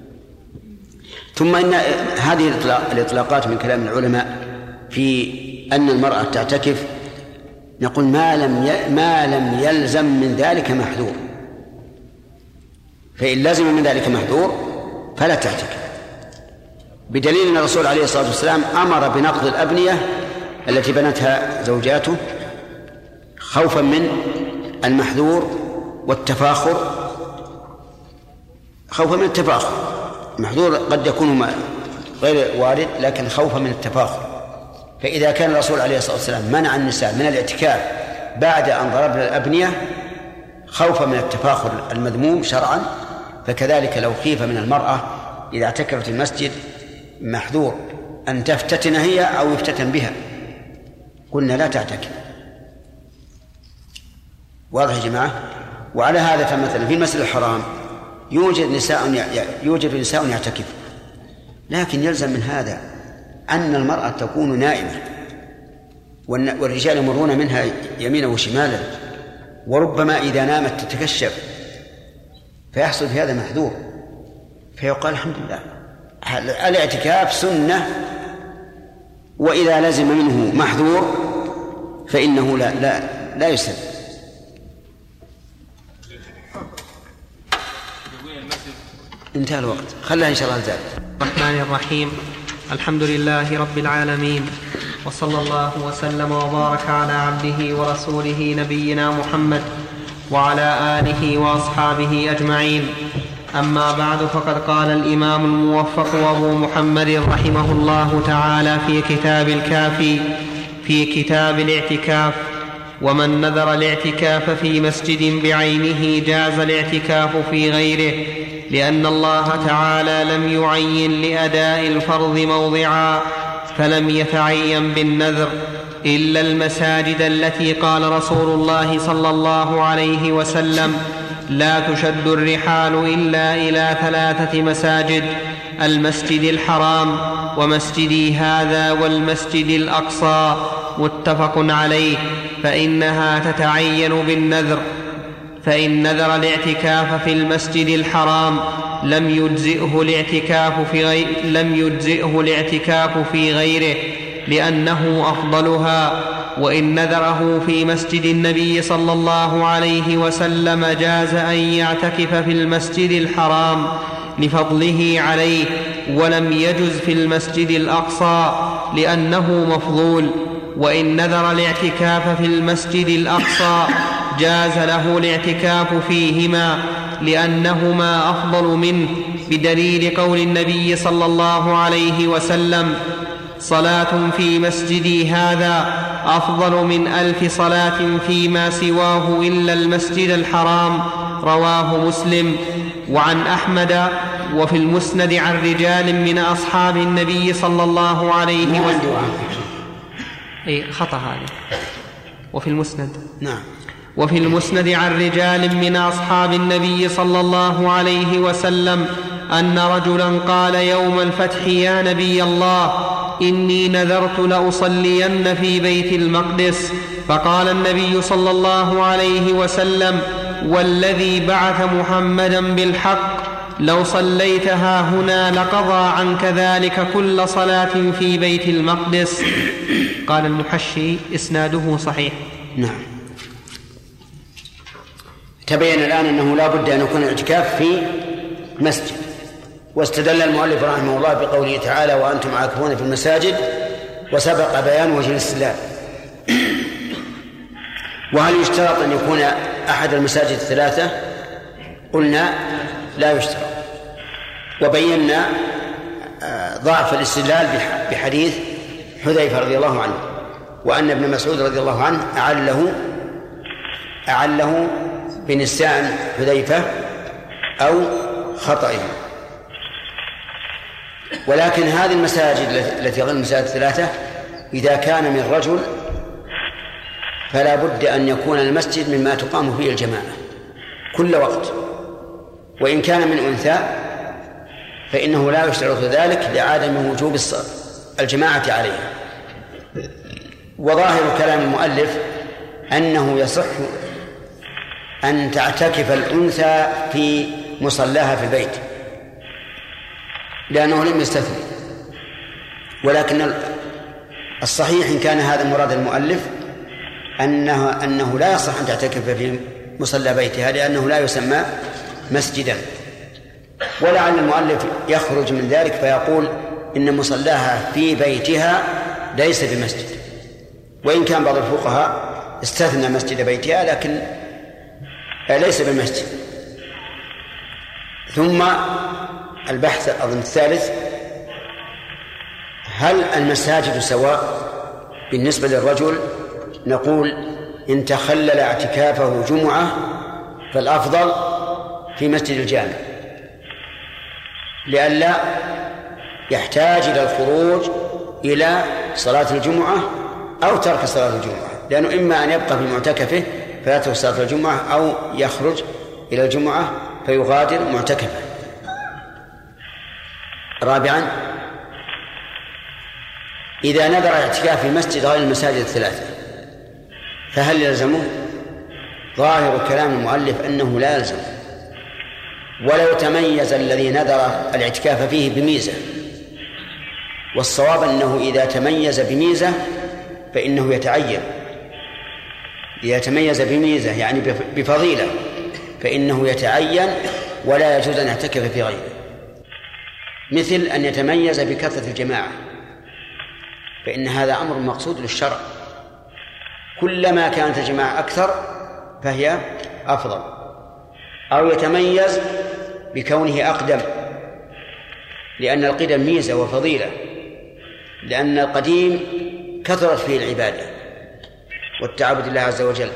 ثم إن هذه الإطلاقات من كلام العلماء في أن المرأة تعتكف، نقول ما لم يلزم من ذلك محذور، فإن لزم من ذلك محذور فلا تعتكف، بدليل أن الرسول عليه الصلاة والسلام أمر بنقض الأبنية التي بنتها زوجاته خوفا من المحذور والتفاخر. خوفا من التفاخر، محذور قد يكون غير وارد لكن خوفا من التفاخر. فإذا كان الرسول عليه الصلاة والسلام منع النساء من الاعتكاف بعد أن ضربنا الأبنية خوفا من التفاخر المذموم شرعا، فكذلك لو خيف من المرأة إذا اعتكفت المسجد محذور أن تفتتن هي أو يفتتن بها، قلنا لا تعتكف. واضح يا جماعة؟ وعلى هذا فمثلا في المسجد الحرام يوجد نساء يعتكف، لكن يلزم من هذا أن المرأة تكون نائمة والرجال يمرون منها يمينا وشمالا، وربما إذا نامت تتكشف فيحصل في هذا محذور، فيقال الحمد لله الاعتكاف سنة، وإذا لزم منه محذور فإنه لا يسلم. انتهى الوقت، خلها إن شاء الله زاد. الرحمن الرحيم. الحمد لله رب العالمين، وصلى الله وسلم وبارك على عبده ورسوله نبينا محمد وعلى آله وأصحابه أجمعين. أما بعد، فقد قال الإمام الموفق أبو محمد رحمه الله تعالى في كتاب الكافي في كتاب الاعتكاف: ومن نذر الاعتكاف في مسجد بعينه جاز الاعتكاف في غيره، لأن الله تعالى لم يعين لأداء الفرض موضعا، فلم يتعين بالنذر إلا المساجد التي قال رسول الله صلى الله عليه وسلم: لا تشد الرحال إلا إلى 3 مساجد: المسجد الحرام ومسجدي هذا والمسجد الأقصى، متفق عليه. فإنها تتعين بالنذر، فإن نذر الاعتكاف في المسجد الحرام لم يجزئه الاعتكاف في غيره لأنه أفضلها، وإن نذره في مسجد النبي صلى الله عليه وسلم جاز أن يعتكف في المسجد الحرام لفضله عليه، ولم يجز في المسجد الأقصى لأنه مفضول. وإن نذر الاعتكاف في المسجد الأقصى جاز له الاعتكاف فيهما لأنهما أفضل منه، بدليل قول النبي صلى الله عليه وسلم: صلاة في مسجدي هذا أفضل من 1000 صلاة فيما سواه إلا المسجد الحرام، رواه مسلم. وعن أحمد وفي المسند عن رجال من أصحاب النبي صلى الله عليه وسلم خطأ هذا. وفي المسند نعم. وفي المسند عن رجال من أصحاب النبي صلى الله عليه وسلم أن رجلا قال يوم الفتح: يا نبي الله، إني نذرت لأصلين في بيت المقدس. فقال النبي صلى الله عليه وسلم: والذي بعث محمدا بالحق، لو صليتها هنا لقضى عنك ذلك كل صلاة في بيت المقدس. قال المحشي: إسناده صحيح. نعم. تبين الآن أنه لا بد أن يكون الاعتكاف في مسجد، واستدل المؤلف رحمه الله بقوله تعالى: وأنتم عاكفون في المساجد، وسبق بيان وجه الاستدلال. وهل يشترط أن يكون أحد المساجد 3؟ قلنا لا يشترط، وبينا ضعف الاستدلال بحديث حذيفة رضي الله عنه، وأن ابن مسعود رضي الله عنه أعله بنسيان حذيفة أو خطئه. ولكن هذه المساجد التي غير المساجد 3 إذا كان من رجل فلا بد أن يكون المسجد مما تقام فيه الجماعة كل وقت، وإن كان من أنثى فإنه لا يشترط ذلك لعدم وجوب الجماعة عليها. وظاهر كلام المؤلف أنه يصح أن تعتكف الأنثى في مصلاها في البيت لأنه لم يستثني، ولكن الصحيح إن كان هذا مراد المؤلف أنه لا يصح أن تعتكف في مصلى بيتها لأنه لا يسمى مسجدا. ولعل المؤلف يخرج من ذلك فيقول إن مصلاها في بيتها ليس بمسجد، وإن كان بعض الفقهاء استثنى مسجد بيتها لكن ليس بمسجد. ثم البحث أظن الثالث: هل المساجد سواء بالنسبة للرجل؟ نقول إن تخلل اعتكافه جمعة فالأفضل في مسجد الجامع لئلا يحتاج إلى الخروج إلى صلاة الجمعة أو ترك صلاة الجمعة، لأنه إما أن يبقى في معتكفه فيترك صلاة الجمعة أو يخرج إلى الجمعة فيغادر معتكفا. رابعا، إذا نذر الاعتكاف في مسجد غير المساجد الثلاثة فهل يلزمه؟ ظاهر كلام المؤلف أنه لا يلزم، ولو تميز الذي نذر الاعتكاف فيه بميزة، والصواب أنه إذا تميز بميزة فإنه يتعين. إذا تميز بميزة يعني بفضيلة فإنه يتعين ولا يجوز أن يعتكف في غيره، مثل أن يتميز بكثرة الجماعة، فإن هذا أمر مقصود للشرع، كلما كانت الجماعة أكثر فهي أفضل. أو يتميز بكونه أقدم، لأن القدم ميزة وفضيلة، لأن القديم كثرت فيه العبادة والتعبد لله عز وجل.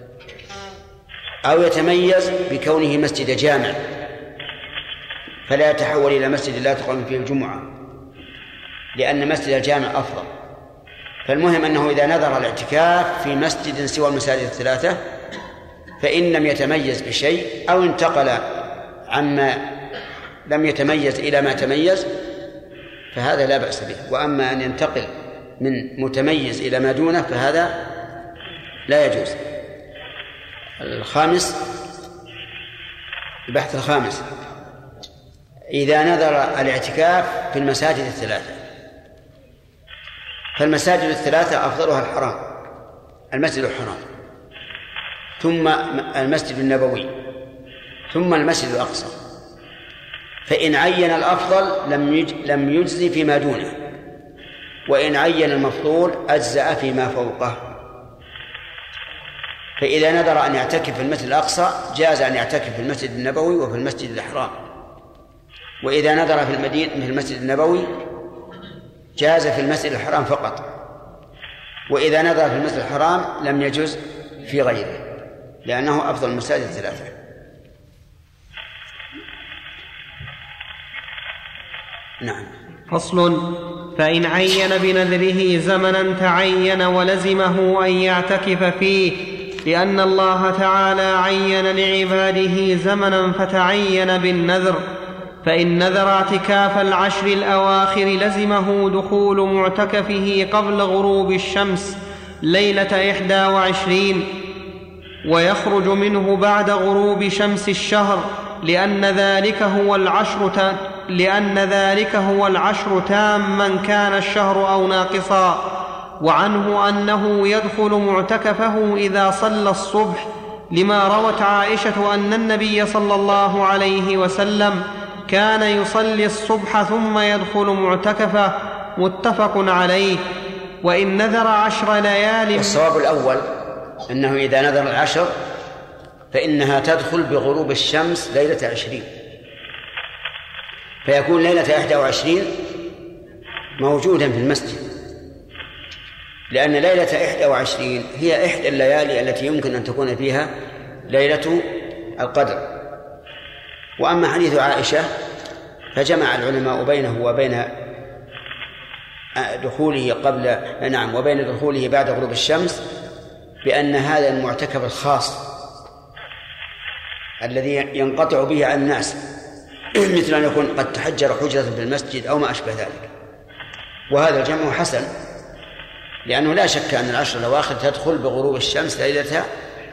أو يتميز بكونه مسجد جامع فلا يتحول إلى مسجد لا تقام فيه الجمعة، لأن مسجد الجامع أفضل. فالمهم أنه إذا نذر الاعتكاف في مسجد سوى المساجد الثلاثة فإن لم يتميز بشيء أو انتقل عما لم يتميز إلى ما تميز فهذا لا بأس به. وأما أن ينتقل من متميز إلى ما دونه فهذا لا يجوز. البحث الخامس، إذا نذر الاعتكاف في المساجد الثلاثة، فالمساجد الثلاثة أفضلها الحرام، المسجد الحرام، ثم المسجد النبوي، ثم المسجد الأقصى. فإن عين الأفضل لم يجزي فيما دونه، وإن عين المفضول أجزأ فيما فوقه. فإذا نذر أن يعتكف في المسجد الأقصى جاز أن يعتكف في المسجد النبوي وفي المسجد الحرام، وإذا نذر في المسجد النبوي جاز في المسجد الحرام فقط، وإذا نذر في المسجد الحرام لم يجوز في غيره، لأنه أفضل المساجد الثلاثة. نعم. فصل: فإن عين بنذره زمنا تعين ولزمه أن يعتكف فيه، لأن الله تعالى عين لعباده زمنا فتعين بالنذر. فإن نذر اعتكاف العشر الأواخر لزمه دخول معتكفه قبل غروب الشمس ليلة 21، ويخرج منه بعد غروب شمس الشهر، لأن ذلك هو العشر تاما كان الشهر أو ناقصا. وعنه أنه يدخل معتكفه إذا صلى الصبح، لما روت عائشة أن النبي صلى الله عليه وسلم كان يصلي الصبح ثم يدخل معتكفه، متفق عليه. وإن نذر 10 ليال، الصواب الأول أنه إذا نذر العشر فإنها تدخل بغروب الشمس ليلة 20، فيكون ليلة 21 موجودا في المسجد، لأن ليلة 21 هي إحدى الليالي التي يمكن أن تكون فيها ليلة القدر. وأما حديث عائشة فجمع العلماء بينه وبين دخوله وبين دخوله بعد غروب الشمس بأن هذا المعتكف الخاص الذي ينقطع به عن الناس، مثل أن يكون قد تحجر حجرة في المسجد أو ما أشبه ذلك. وهذا الجمع حسن، لأنه لا شك أن العشر الأواخر تدخل بغروب الشمس ليلة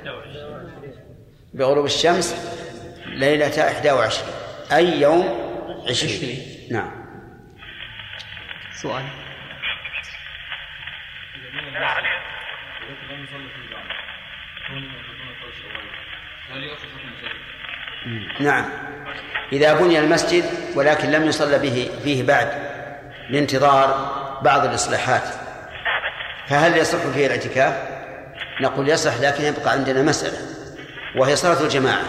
21 أي يوم 20. نعم. سؤال. نعم، إذا بني المسجد ولكن لم يصلى فيه بعد لانتظار بعض الإصلاحات فهل يصح فيه الاعتكاف؟ نقول يصح، لكن يبقى عندنا مسألة وهي صلاة الجماعة.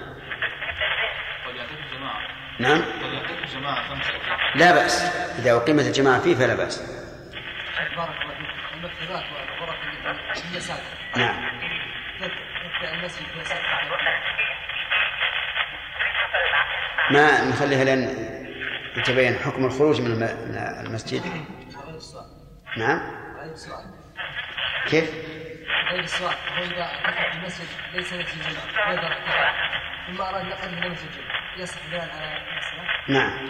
نعم، لا بأس إذا أقيمت الجماعة فيه فلا بأس. نعم. ما نخليها لأن يتبين حكم الخروج من المسجد. نعم. كيف؟ غير السؤال هو إذا اعتكف في المسجد ليس مسجد جمعة نذر اعتكاف ثم أراد نقله إلى مسجد جمعة يصح بناء على الصلاة؟ نعم.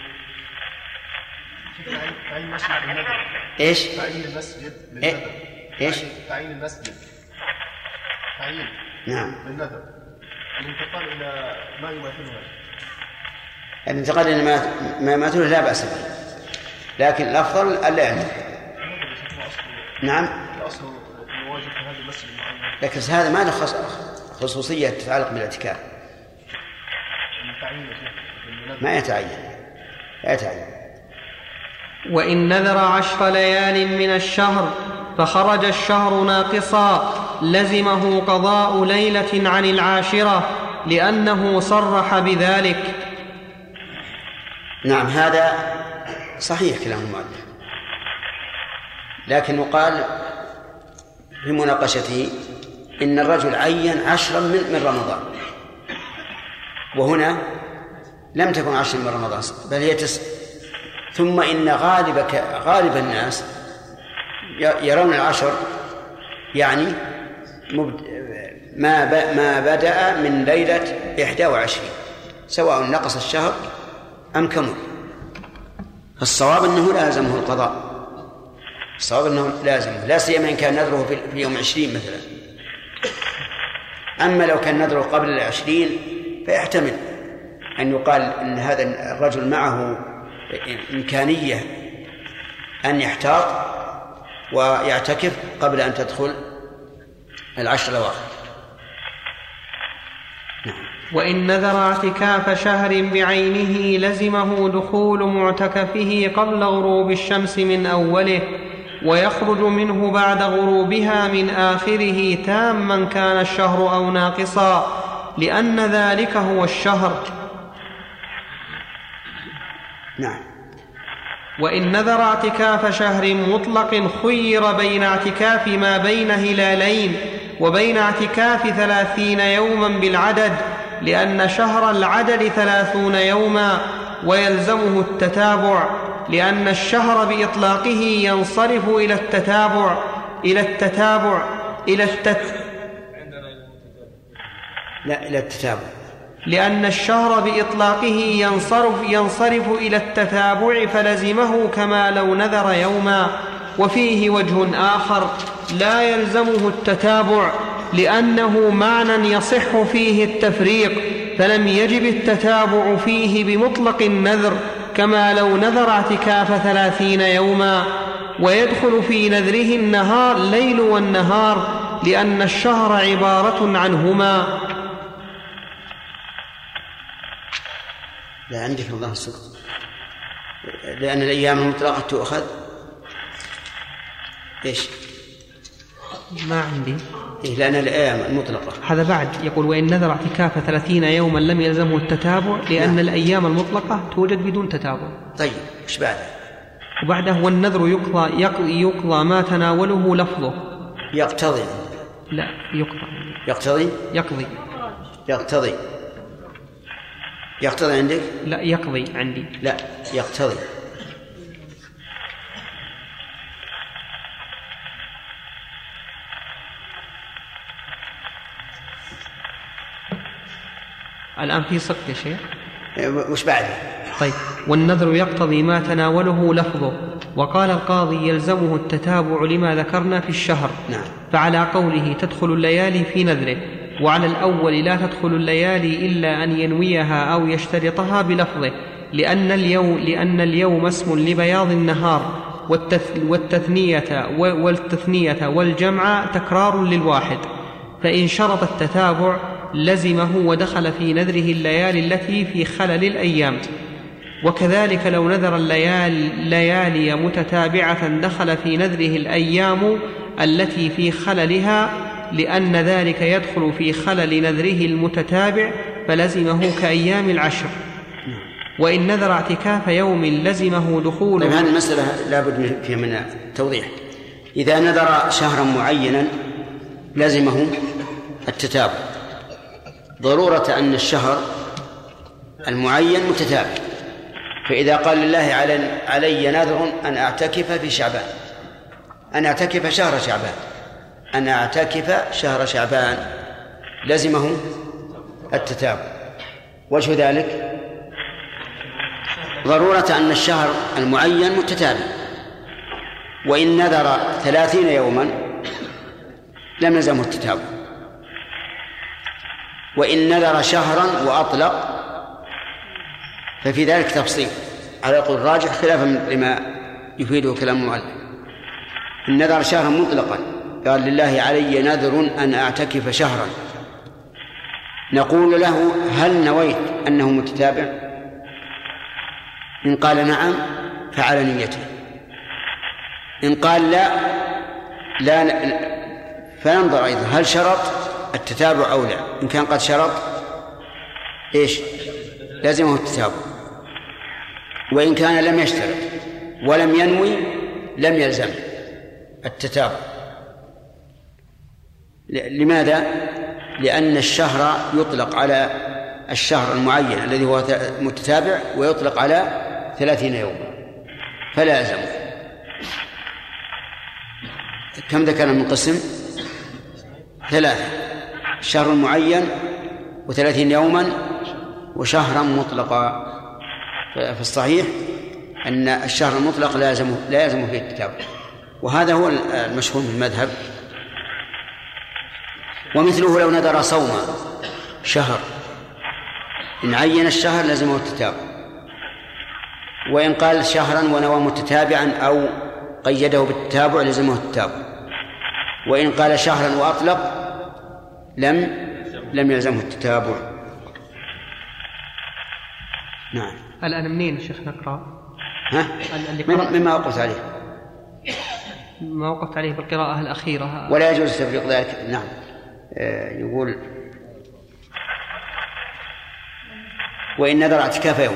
تعيين المسجد بالنذر. إيش؟ تعيين المسجد بالنذر. إيش؟ تعيين المسجد. تعيين. نعم. بالنذر. الانتقال إلى ما يماثله. الانتقال إلى ما يماثله لا بأس به، لكن الأفضل ألا يعتكف. نعم. الأصل الواجب في هذا المسجد المعين. لكن هذا ما له خصوصية تتعلق بالاعتكاف. ما يتعين. لا يتعين. وإن نذر 10 ليال من الشهر فخرج الشهر ناقصا لزمه قضاء ليلة عن العاشرة لأنه صرح بذلك. نعم هذا صحيح كلام المؤلف، لكن يقال في مناقشته إن الرجل عين 10 من رمضان، وهنا لم تكن 10 من رمضان بل هي 9، ثم إن غالب الناس يرون 10 يعني ما بدأ من ليلة 21 سواء نقص الشهر أم كمل. الصواب أنه لازمه القضاء، الصواب أنه لازمه، لا سيما إن كان نذره في يوم 20 مثلا. أما لو كان نذره قبل 20 فيحتمل أن يقال أن هذا الرجل معه إمكانية أن يحتاط ويعتكف قبل أن تدخل 10 الأواخر. نعم. وإن نذر اعتكاف شهر بعينه لزمه دخول معتكفه قبل غروب الشمس من أوله ويخرج منه بعد غروبها من آخره تاما كان الشهر أو ناقصا لأن ذلك هو الشهر. نعم. وإن نذر اعتكاف شهر مطلق خير بين اعتكاف ما بين هلالين وبين اعتكاف 30 يوما بالعدد لأن شهر العدد 30 يوما ويلزمه التتابع لأن الشهر بإطلاقه ينصرف إلى التتابع لأن الشهر بإطلاقه ينصرف إلى التتابع فلزمه كما لو نذر يوما. وفيه وجه آخر لا يلزمه التتابع لأنه معنى يصح فيه التفريق فلم يجب التتابع فيه بمطلق النذر كما لو نذر اعتكاف 30 يوما. ويدخل في نذره النهار ليل والنهار لأن الشهر عبارة عنهما. لا عندك الله الصدق، لأن الأيام المطلقة تؤخذ إيش؟ ما عندي لأن الأيام المطلقة هذا بعد يقول وإن نذر اعتكاف 30 يوما لم يلزمه التتابع لأن الأيام المطلقة توجد بدون تتابع. طيب إيش بعده؟ وبعده والنذر يقضى ما تناوله لفظه. يقتضي لا يقتضي عندك؟ لا يقضي عندي. لا يقتضي. الآن في سقط يا شيخ. وش بعده؟ طيب والنذر يقتضي ما تناوله لفظه. وقال القاضي يلزمه التتابع لما ذكرنا في الشهر. نعم. فعلى قوله تدخل الليالي في نذره وعلى الأول لا تدخل الليالي إلا أن ينويها أو يشترطها بلفظه لأن اليوم اسم لبياض النهار والتثنية والجمع تكرار للواحد فإن شرط التتابع لزمه ودخل في نذره الليالي التي في خلل الأيام. وكذلك لو نذر الليالي متتابعة دخل في نذره الأيام التي في خللها لأن ذلك يدخل في خلل نذره المتتابع فلزمه كأيام العشر. وإن نذر اعتكاف يوم لزمه دخول. طيب هذه المسألة لابد فيها من توضيح. إذا نذر شهرا معينا لزمه التتابع ضرورة أن الشهر المعين متتابع، فإذا قال لله علي نذر أن أعتكف في شعبان أن أعتكف شهر شعبان أن أعتكف شهر شعبان لزمه التتابع. وجه ذلك ضرورة أن الشهر المعين متتابع، وإن نذر 30 يوما لم يلزمه التتابع، وإن نذر شهرا وأطلق ففي ذلك تفصيل على قول الراجح خلافا لما يفيده كلام المؤلف. إن نذر شهرا مطلقا قال لله علي نذر أن أعتكف شهرا، نقول له هل نويت أنه متتابع؟ إن قال نعم فعلى نيته، إن قال لا فننظر أيضا هل شرط التتابع أو لا. إن كان قد شرط إيش لازمه التتابع، وإن كان لم يشترط ولم ينوي لم يلزم التتابع. لماذا؟ لأن الشهر يطلق على الشهر المعين الذي هو متتابع ويطلق على 30 يوم فلا يلزمه. كم ذكرنا من قسم؟ 3: الشهر المعين و30 يوما وشهرا مطلقا. في الصحيح أن الشهر المطلق لا يلزم فيه التتابع، وهذا هو المشهور من المذهب. ومثله لو نذر صوم شهر إن عين الشهر لزمه التتابع، وإن قال شهرا ونوى متتابعا أو قيده بالتتابع لزمه التتابع، وإن قال شهرا وأطلق لم يلزمه التتابع. نعم. الآن منين الشيخ نقرأ؟ مما وقفت عليه، ما وقفت عليه بالقراءة الأخيرة ولا يجوز تفريق ذلك. نعم. يقول وإن نذر اعتكاف يوم.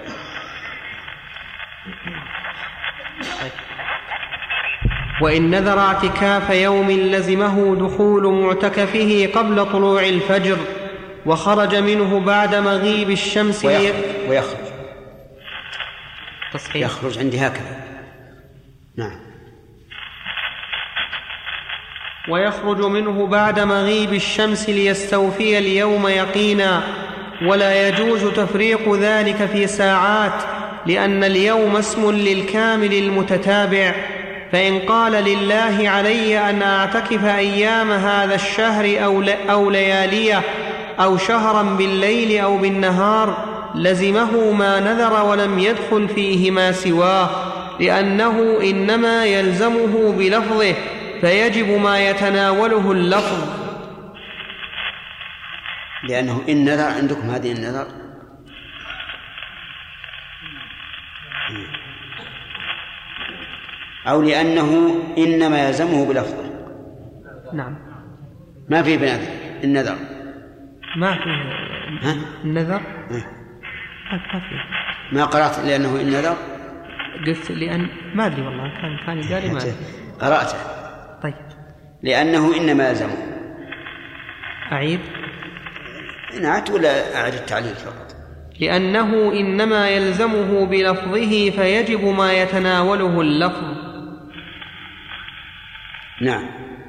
وإن نذر اعتكاف يوم لزمه دخول معتكفه قبل طلوع الفجر وخرج منه بعد مغيب الشمس ويخرج تصحيح. يخرج عندي هكذا. نعم. ويخرج منه بعد مغيب الشمس ليستوفي اليوم يقينا، ولا يجوز تفريق ذلك في ساعات، لأن اليوم اسم للكامل المتتابع. فإن قال لله علي أن أعتكف أيام هذا الشهر أو لياليه أو شهرا بالليل أو بالنهار لزمه ما نذر ولم يدخل فيه ما سواه، لأنه إنما يلزمه بلفظه فيجب ما يتناوله اللفظ. لأنه إن نذر عندكم هذه النذر أو لأنه إنما يلزمه بلفظه. نعم. ما في بنذر النذر، ما في النذر ما قرأت لأنه إن نذر. قلت لأن ما أدري والله كان جاري ما قرأته. طيب. لأنه إنما يلزمه. أعيد؟ نعت ولا أعد التعليل فقط؟ لأنه إنما يلزمه بلفظه فيجب ما يتناوله اللفظ. نعم.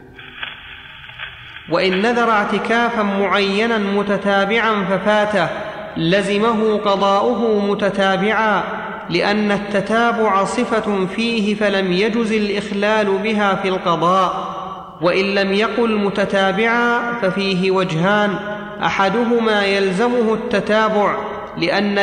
وإن نذر اعتكافا معينا متتابعا ففاته لزمه قضاؤه متتابعا، لأن التتابع صفة فيه فلم يجز الإخلال بها في القضاء. وإن لم يقل متتابعا ففيه وجهان: أحدهما يلزمه التتابع لأن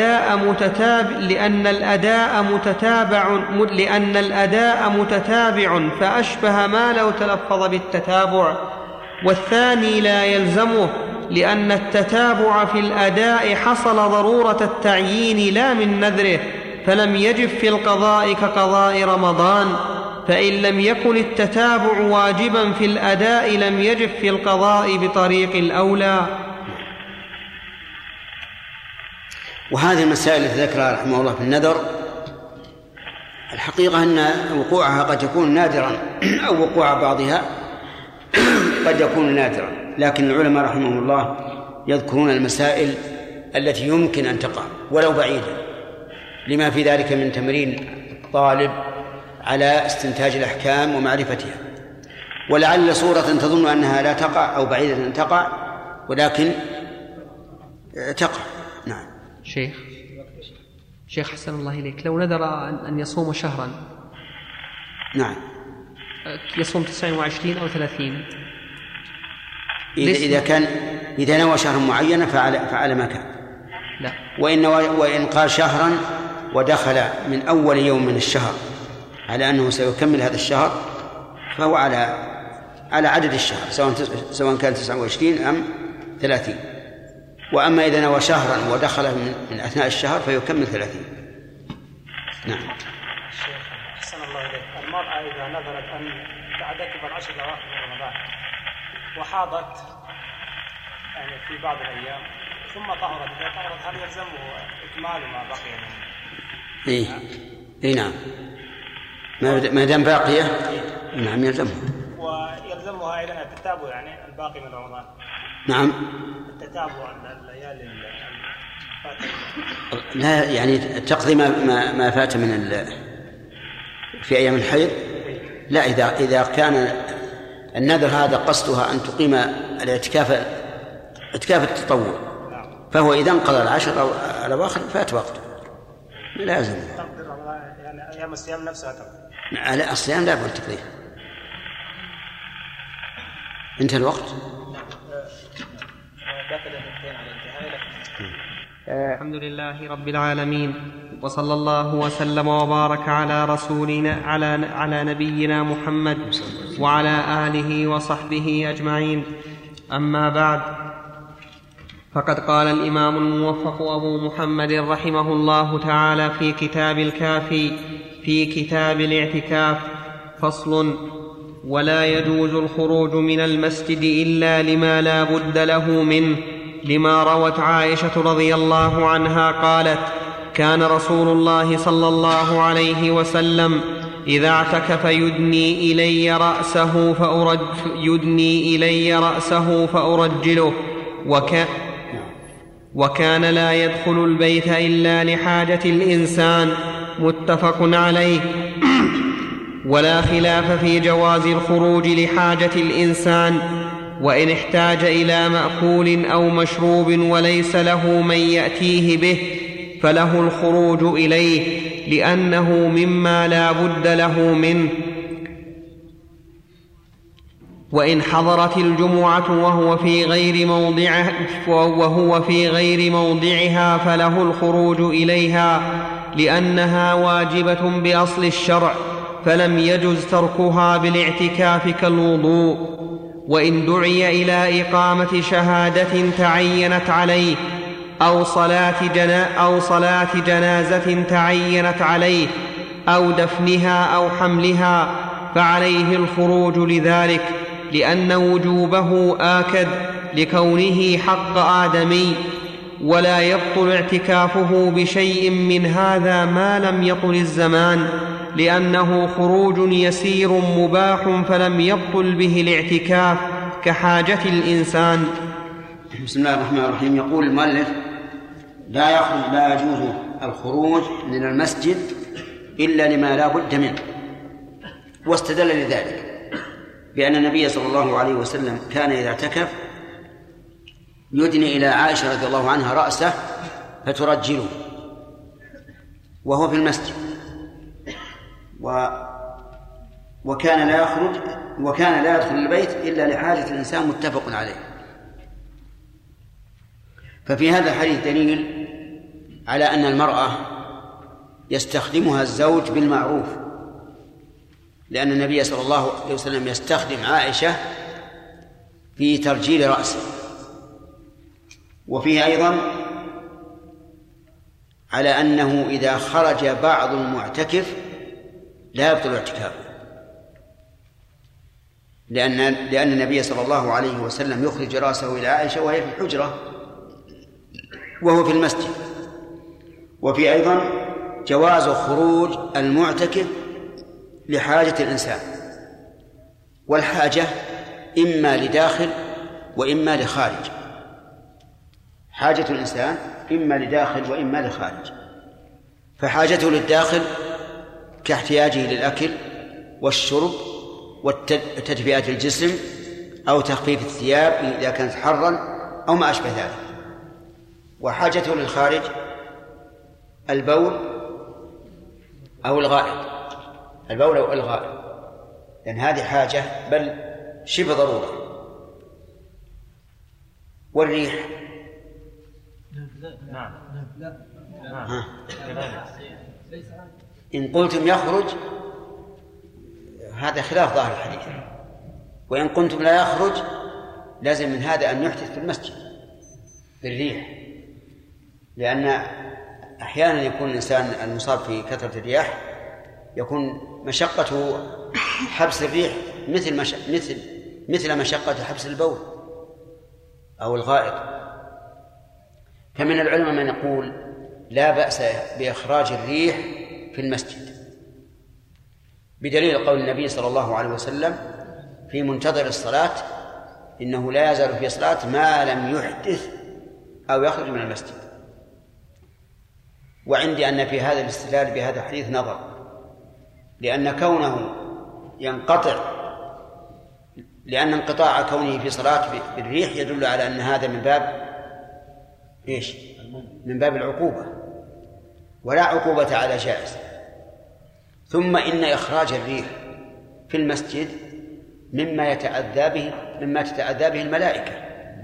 الأداء متتابع فأشبه ما لو تلفظ بالتتابع، والثاني لا يلزمه لأن التتابع في الأداء حصل ضرورة التعيين لا من نذره، فلم يجب في القضاء كقضاء رمضان. فإن لم يكن التتابع واجبا في الأداء لم يجب في القضاء بطريق الأولى. وهذه المسائل التي ذكرها رحمه الله في النذر الحقيقة أن وقوعها قد يكون نادرا أو وقوع بعضها قد يكون نادرا، لكن العلماء رحمهم الله يذكرون المسائل التي يمكن أن تقع ولو بعيدا، لما في ذلك من تمرين الطالب على استنتاج الأحكام ومعرفتها. ولعل صورة تظن أنها لا تقع أو بعيدة أن تقع ولكن تقع. نعم. شيخ حسن الله إليك، لو نذر أن يصوم شهرا، نعم، يصوم 29 أو 30، إذا نوى شهرا معينا فعلى ما كان. لا، وإن قال شهرا ودخل من أول يوم من الشهر على أنه سيكمل هذا الشهر فهو على عدد الشهر سواء كان 29 أم 30. وأما إذا نوى شهرا ودخل من أثناء الشهر فيكمل 30. نعم. الشيخ أحسن الله إليك، المرأة إذا نذرت أن تعتكف العشر الأواخر من رمضان وحاضت يعني في بعض الأيام ثم طهرت، إذا طهرت هل يلزمه إكمال ما بقي منه؟ إيه نعم، ما دام باقية نعم يلزمها. ويلزمها أيضا التتابع يعني الباقي من رمضان. نعم، التتابع الليالي لا يعني تقضي ما فات في أيام الحيض. لا، إذا كان النذر هذا قصدها أن تقيم اعتكاف التطوع فهو إذا انقضى العشر أو الأواخر فات وقته لازم تقدر يعني أيام الصيام نفسها تقدر. لا، الصيام لا بد تقضيه. انتهى الوقت. الحمد لله رب العالمين، وصلى الله وسلم وبارك على رسولنا على نبينا محمد وعلى آله وصحبه أجمعين. أما بعد، فقد قال الإمام الموفق أبو محمد رحمه الله تعالى في كتاب الكافي في كتاب الاعتكاف: فصل: ولا يجوز الخروج من المسجد إلا لما لا بد له منه، لما روت عائشة رضي الله عنها قالت: كان رسول الله صلى الله عليه وسلم إذا اعتكف يدني إلي رأسه فأرجله، وكان لا يدخل البيت إلا لحاجة الإنسان. متفق عليه. ولا خلاف في جواز الخروج لحاجة الإنسان، وإن احتاج إلى مأكول أو مشروب وليس له من يأتيه به فله الخروج إليه، لأنه مما لا بد له منه. وإن حضرت الجمعة وهو في غير موضعها فله الخروج إليها، لأنها واجبة بأصل الشرع، فلم يجز تركها بالاعتكاف كالوضوء. وإن دعي إلى إقامة شهادة تعينت عليه أو صلاة جنازة تعينت عليه أو دفنها أو حملها فعليه الخروج لذلك، لأن وجوبه آكد لكونه حق آدمي. ولا يبطل اعتكافه بشيء من هذا ما لم يطل الزمان، لأنه خروج يسير مباح فلم يبطل به الاعتكاف كحاجة الإنسان. بسم الله الرحمن الرحيم. يقول المؤلف: لا يجوز الخروج من المسجد إلا لما لا بد منه. واستدل لذلك بأن النبي صلى الله عليه وسلم كان إذا اعتكف يدني إلى عائشة رضي الله عنها رأسه فترجله وهو في المسجد، وكان لا يدخل البيت إلا لحاجة الإنسان، متفق عليه. ففي هذا الحديث دليل على أن المرأة يستخدمها الزوج بالمعروف، لأن النبي صلى الله عليه وسلم يستخدم عائشة في ترجيل رأسه. وفيه أيضا على أنه إذا خرج بعض المعتكف لا يبطل اعتكافه، لأن النبي صلى الله عليه وسلم يخرج رأسه إلى عائشة وهي في الحجرة وهو في المسجد. وفي أيضا جواز خروج المعتكف لحاجة الإنسان، والحاجة إما لداخل وإما لخارج. حاجة الإنسان إما لداخل وإما لخارج، فحاجته للداخل كاحتياجه للأكل والشرب وتدفئة الجسم أو تخفيف الثياب إذا كانت حرا أو ما أشبه ذلك. وحاجته للخارج البول أو الغائط، البول أو الغائط، لأن هذه حاجة بل شبه ضرورة. والريح إن قلتم يخرج هذا خلاف ظاهر الحديث، وإن قلتم لا يخرج لازم من هذا أن يحدث في المسجد بالريح، لأن أحيانا يكون الإنسان المصاب في كثرة الرياح يكون مشقته حبس الريح مثل مشقة حبس البول أو الغائط. فمن العلماء من يقول لا بأس بإخراج الريح في المسجد، بدليل قول النبي صلى الله عليه وسلم في منتظر الصلاة إنه لا يزال في صلاة ما لم يحدث أو يخرج من المسجد. وعندي أن في هذا الاستدلال بهذا الحديث نظر، لأن كونه ينقطع، لأن انقطاع كونه في صلاة بالريح يدل على أن هذا من باب إيش؟ من باب العقوبة، ولا عقوبة على جائز. ثم إن إخراج الريح في المسجد مما تتأذى به الملائكة،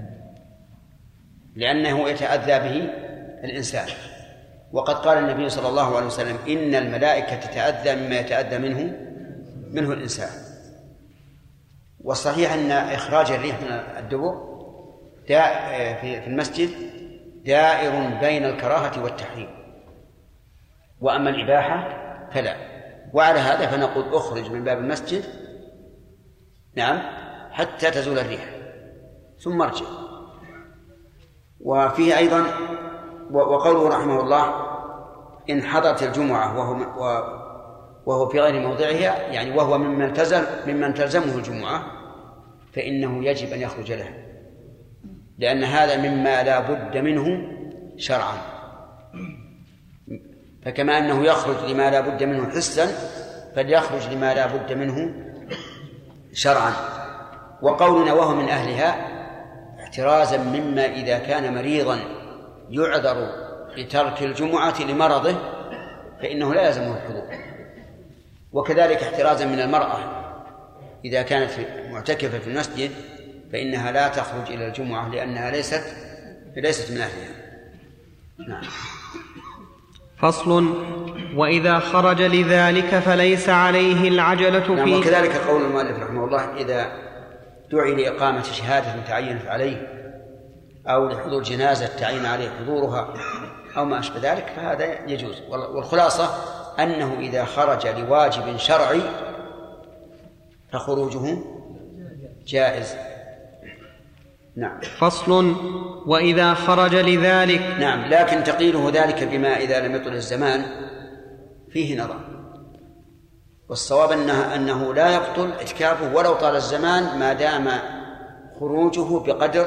لأنه يتأذى به الإنسان. وقد قال النبي صلى الله عليه وسلم إن الملائكة تتأذى مما يتأذى منه الإنسان. والصحيح أن إخراج الريح من الدبر في المسجد دائر بين الكراهة والتحريم، وأما الإباحة فلا. وعلى هذا فنقول أخرج من باب المسجد نعم حتى تزول الريح ثم ارجع. وفيه أيضا وقوله رحمه الله إن حضرت الجمعة وهو في غير موضعها، يعني وهو ممن تلزمه الجمعة، فإنه يجب أن يخرج له، لأن هذا مما لا بد منه شرعا. فكما أنه يخرج لما لا بد منه حسا فليخرج لما لا بد منه شرعا. وقولنا وهو من أهلها احترازا مما إذا كان مريضا يعذر بترك الجمعة لمرضه فإنه لا يلزمه الحضور. وكذلك احترازا من المرأة إذا كانت معتكفة في المسجد فإنها لا تخرج إلى الجمعة لأنها ليست من أهلها. نعم. فصل: وإذا خرج لذلك فليس عليه العجلة فيه. نعم. وكذلك قول المؤلف رحمه الله إذا دعي لإقامة شهادة تعينت عليه أو لحضور جنازة تعين عليه حضورها أو ما أشبه ذلك فهذا يجوز. والخلاصة أنه إذا خرج لواجب شرعي فخروجه جائز. نعم. فصل: وإذا خرج لذلك. نعم. لكن تقيله ذلك بما إذا لم يطل الزمان فيه نظر، والصواب أنه لا يبطل اعتكافه ولو طال الزمان ما دام خروجه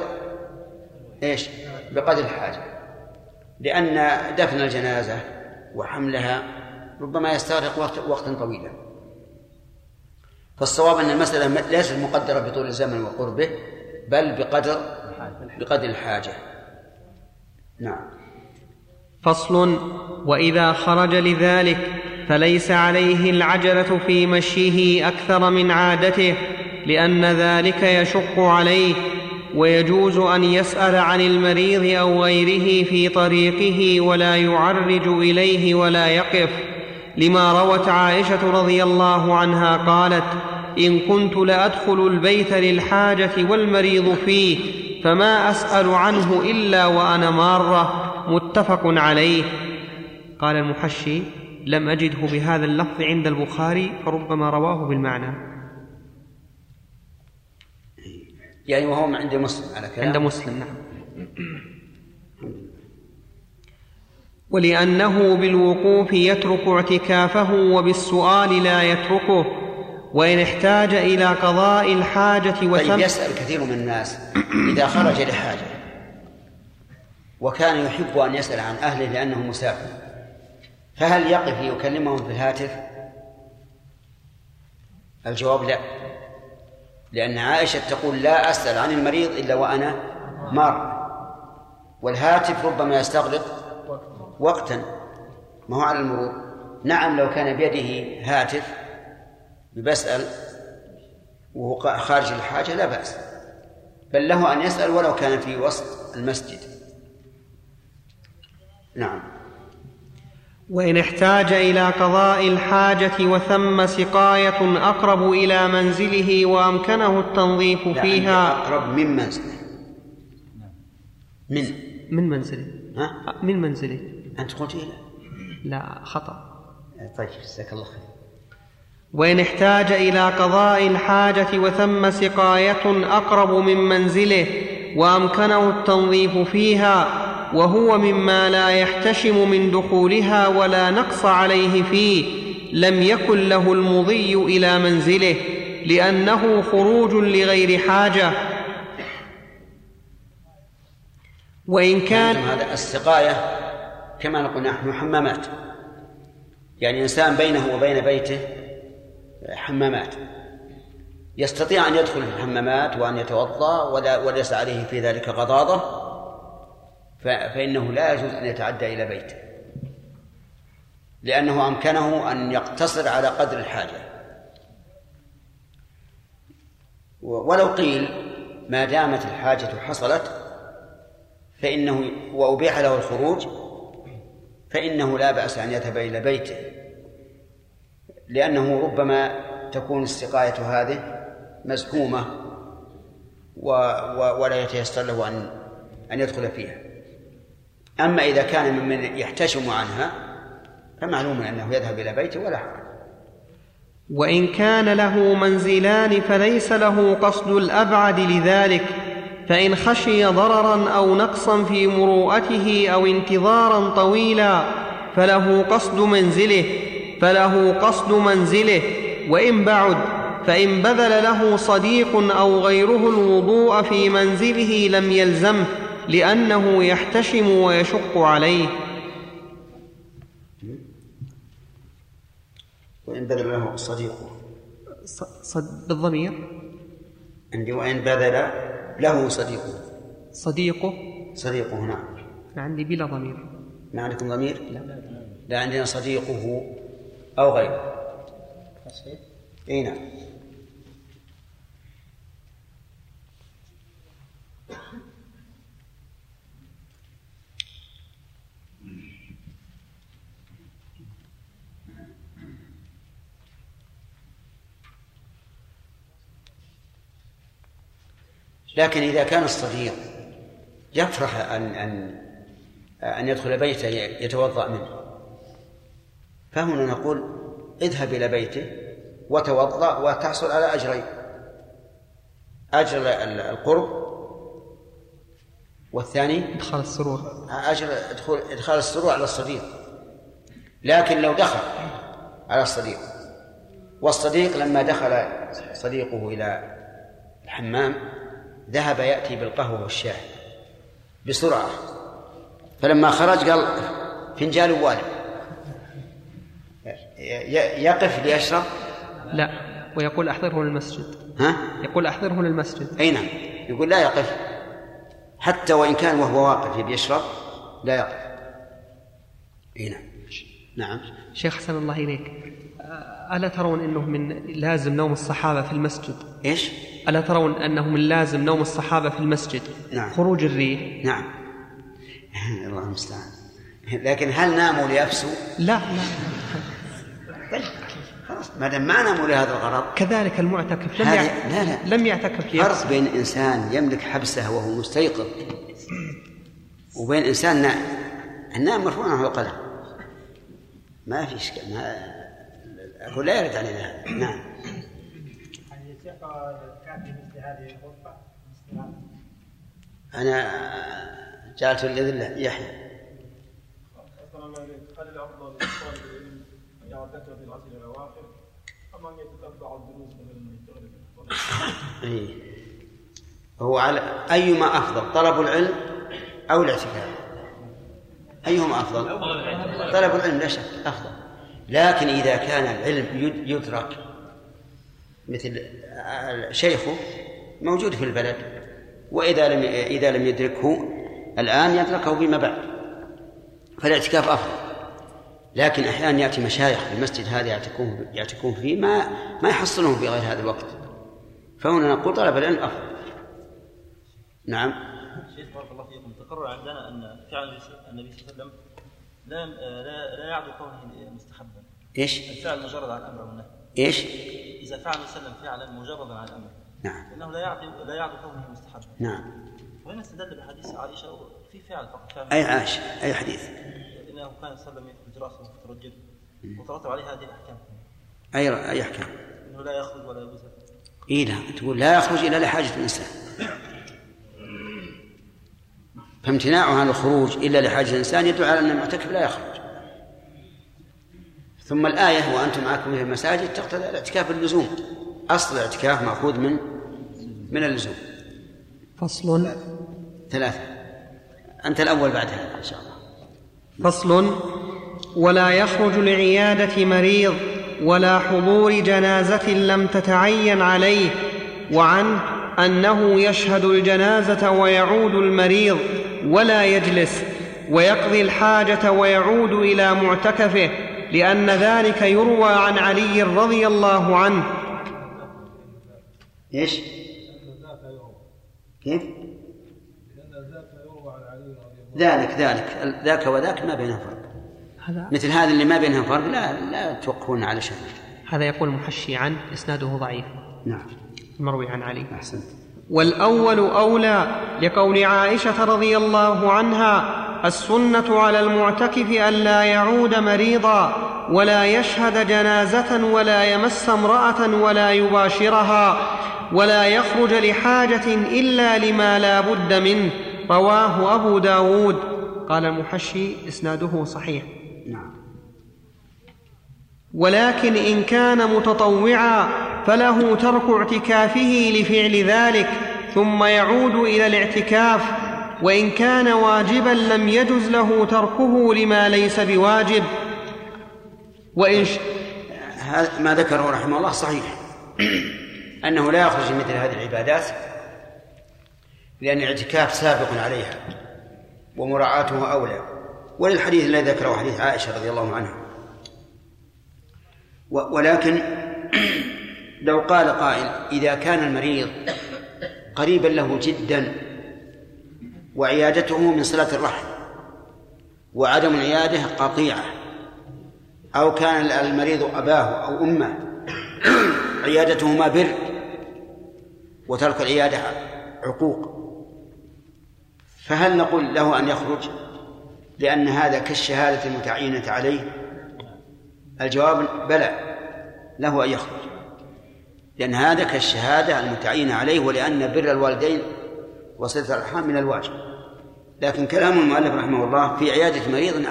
بقدر الحاجة، لأن دفن الجنازة وحملها ربما يستغرق وقتا طويلا. فالصواب أن المسألة ليست مقدرة بطول الزمن وقربه بل بقدر الحاجة. نعم. فصل: وإذا خرج لذلك فليس عليه العجلة في مشيه أكثر من عادته، لأن ذلك يشق عليه، ويجوز أن يسأل عن المريض أو غيره في طريقه ولا يعرج إليه ولا يقف، لما روت عائشة رضي الله عنها قالت: إن كنت لأدخل البيت للحاجة والمريض فيه فما أسأل عنه إلا وأنا مارة. متفق عليه. قال المحشي: لم أجده بهذا اللفظ عند البخاري فربما رواه بالمعنى. يعني وهو عند مسلم على كلام. عند مسلم. نعم. ولأنه بالوقوف يترك اعتكافه وبالسؤال لا يتركه، وإن احتاج إلى قضاء الحاجة طيب يسأل كثير من الناس إذا خرج لحاجة وكان يحب أن يسأل عن أهله لأنه مسافر، فهل يقف يكلمهم في الهاتف الجواب لا، لأن عائشة تقول لا أسأل عن المريض إلا وأنا مار، والهاتف ربما يستغرق وقتا ما هو على المرور. نعم لو كان بيده هاتف بسأل وهو خارج الحاجة لا بأس، بل له أن يسأل ولو كان في وسط المسجد. نعم. وإن احتاج إلى قضاء الحاجة وثم سقاية أقرب إلى منزله وأمكنه التنظيف فيها. أقرب من منزله. من منزله. ها؟ من منزله. أنت قلت لا. لا خطأ. طيب جزاك الله خير. وإن احتاج إلى قضاء الحاجة وثم سقاية أقرب من منزله وأمكنه التنظيف فيها وهو مما لا يحتشم من دخولها ولا نقص عليه فيه، لم يكن له المضي إلى منزله لأنه خروج لغير حاجة. وإن كان هذا السقاية كما نقول نحن حمامات، يعني إنسان بينه وبين بيته حمامات، يستطيع أن يدخل في الحمامات وأن يتوضأ وليس عليه في ذلك غضاضة، فإنه لا يجوز أن يتعدى إلى بيته لأنه أمكنه أن يقتصر على قدر الحاجة. ولو قيل ما دامت الحاجة حصلت فإنه وأبيح له الخروج فإنه لا بأس أن يذهب إلى بيته، لأنه ربما تكون السقاية هذه مزحومة ولا يتيسر له أن يدخل فيها. أما إذا كان ممن يحتشم عنها فمعلوم أنه يذهب إلى بيته ولا حرج. وإن كان له منزلان فليس له قصد الأبعد لذلك، فإن خشي ضررا أو نقصا في مروءته أو انتظارا طويلا فله قصد منزله، وإن بعد فإن بذل له صديق أو غيره الوضوء في منزله لم يلزمه لأنه يحتشم ويشق عليه. وإن بذل له صديقه بالضمير عندي، وإن بذل له صديقه نعم. عندي بلا ضمير. ما عندكم ضمير؟ لا عندنا صديقه أو غيره. أي نعم. لكن إذا كان الصديق يفرح أن يدخل بيته يتوضأ منه، فهنا نقول اذهب إلى بيته وتوضأ وتحصل على أجرين: أجر القرب، والثاني إدخال السرور، أجر إدخال السرور على الصديق. لكن لو دخل على الصديق والصديق لما دخل صديقه إلى الحمام ذهب يأتي بالقهوة والشاي بسرعة، فلما خرج قال فنجان والد، يقف ليشرب؟ لا، ويقول أحضره للمسجد. يقول أحضره للمسجد. أي نعم، يقول لا يقف حتى وإن كان وهو واقف يشرب لا يقف. أي نعم. نعم. شيخ حسن الله إليك، ألا ترون أنه من لازم نوم الصحابة في المسجد؟ إيش؟ ألا ترون أنه من لازم نوم الصحابة في المسجد؟ نعم. خروج الريح. نعم. الله المستعان. لكن هل ناموا ليفسوا؟ لا خلاص، ما دام ما ناموا لهذا الغرض. كذلك المعتكف لم يعتكف. فرق بين إنسان يملك حبسه وهو مستيقظ وبين إنسان نائم. النائم مرفوع عنه القلم، ما في إشكال، أقول لا يرد علينا هذا. نعم. أنا جعلت الإذن يحيى. هل الأفضل لطالب العلم أن يعتكف في العشر الأواخر أم أن يتتبع الدروس مثل ما يشتغل؟ هو على أيما أفضل، طلب العلم أو الاعتكاف؟ أيهما أفضل؟ طلب العلم لا شك أفضل، لكن إذا كان العلم يدرك مثل شيخه موجود في البلد، وإذا لم يدركه الآن يدركه فيما بعد، فالاعتكاف أفضل. لكن أحيانا يأتي مشايخ في المسجد هذا يعتكون فيه ما يحصلهم في غير هذا الوقت، فهنا نقول طلب العلم أفضل. نعم. شيخ بارك الله فيكم، تقرر عندنا أن فعل النبي صلى الله عليه وسلم لا يعد كونه مستحبا. إيش؟ الفعل مجرد عن الأمر والنهي. إيش؟ إذا فعل وسلم فعلا مجردا عن الأمر. نعم. لأنه لا يعد كونه مستحبا. نعم. وهنا استدل بحديث عائشة في فعل فقط. أي عائشة؟ أي حديث؟ إنه كان صلى الله عليه وسلم يخرج رأسه ويترجل وترتب عليه هذه الأحكام. أي أحكام؟ إنه لا يخرج ولا يبزل. إيه لا، تقول لا يخرج إلا لحاجة الإنسان، فامتناعه عن الخروج إلا لحاجة الإنسان يدل على أن المعتكف لا يخرج. ثم الآية وأنتم معكم في المساجد تقتضي الاعتكاف اللزوم، أصل الاعتكاف مأخوذ من اللزوم. فصل 3. أنت الأول بعدها إن شاء الله. فصل: ولا يخرج لعيادة مريض ولا حضور جنازة لم تتعين عليه، وعنه أنه يشهد الجنازة ويعود المريض ولا يجلس، ويقضي الحاجة ويعود إلى معتكفه، لأن ذلك يروى عن علي رضي الله عنه. إيش؟ كيف؟ ذاك وذاك ما بينهم فرق. مثل هذا اللي ما بينهم فرق لا توقفون على شيء. هذا يقول المحشي عنه إسناده ضعيف. نعم. المروي عن علي. أحسنت. والأول أولى، لقول عائشة رضي الله عنها: السنة على المعتكف ألا يعود مريضا ولا يشهد جنازة ولا يمس امرأة ولا يباشرها ولا يخرج لحاجة إلا لما لا بد منه. رواه أبو داود. قال المحشي إسناده صحيح. نعم. ولكن إن كان متطوعا فله ترك اعتكافه لفعل ذلك ثم يعود إلى الاعتكاف، وإن كان واجبا لم يجز له تركه لما ليس بواجب. هذا ما ذكره رحمه الله صحيح، أنه لا يخرج مثل هذه العبادات لأن الاعتكاف سابق عليها ومراعاته أولى، وللحديث الذي ذكره حديث عائشة رضي الله عنها. ولكن لو قال قائل: إذا كان المريض قريبا له جدا وعيادته من صلة الرحم وعدم العيادة قطيعة، أو كان المريض أباه أو أمه عيادتهما بر وترك العيادة عقوق، فهل نقول له أن يخرج لأن هذا كالشهادة المتعينة عليه؟ الجواب: بلى، له أن يخرج، لأن هذا كالشهادة المتعينة عليه، ولأن بر الوالدين وصلة الأرحام من الواجب. لكن كلام المؤلف رحمه الله في عيادة مريض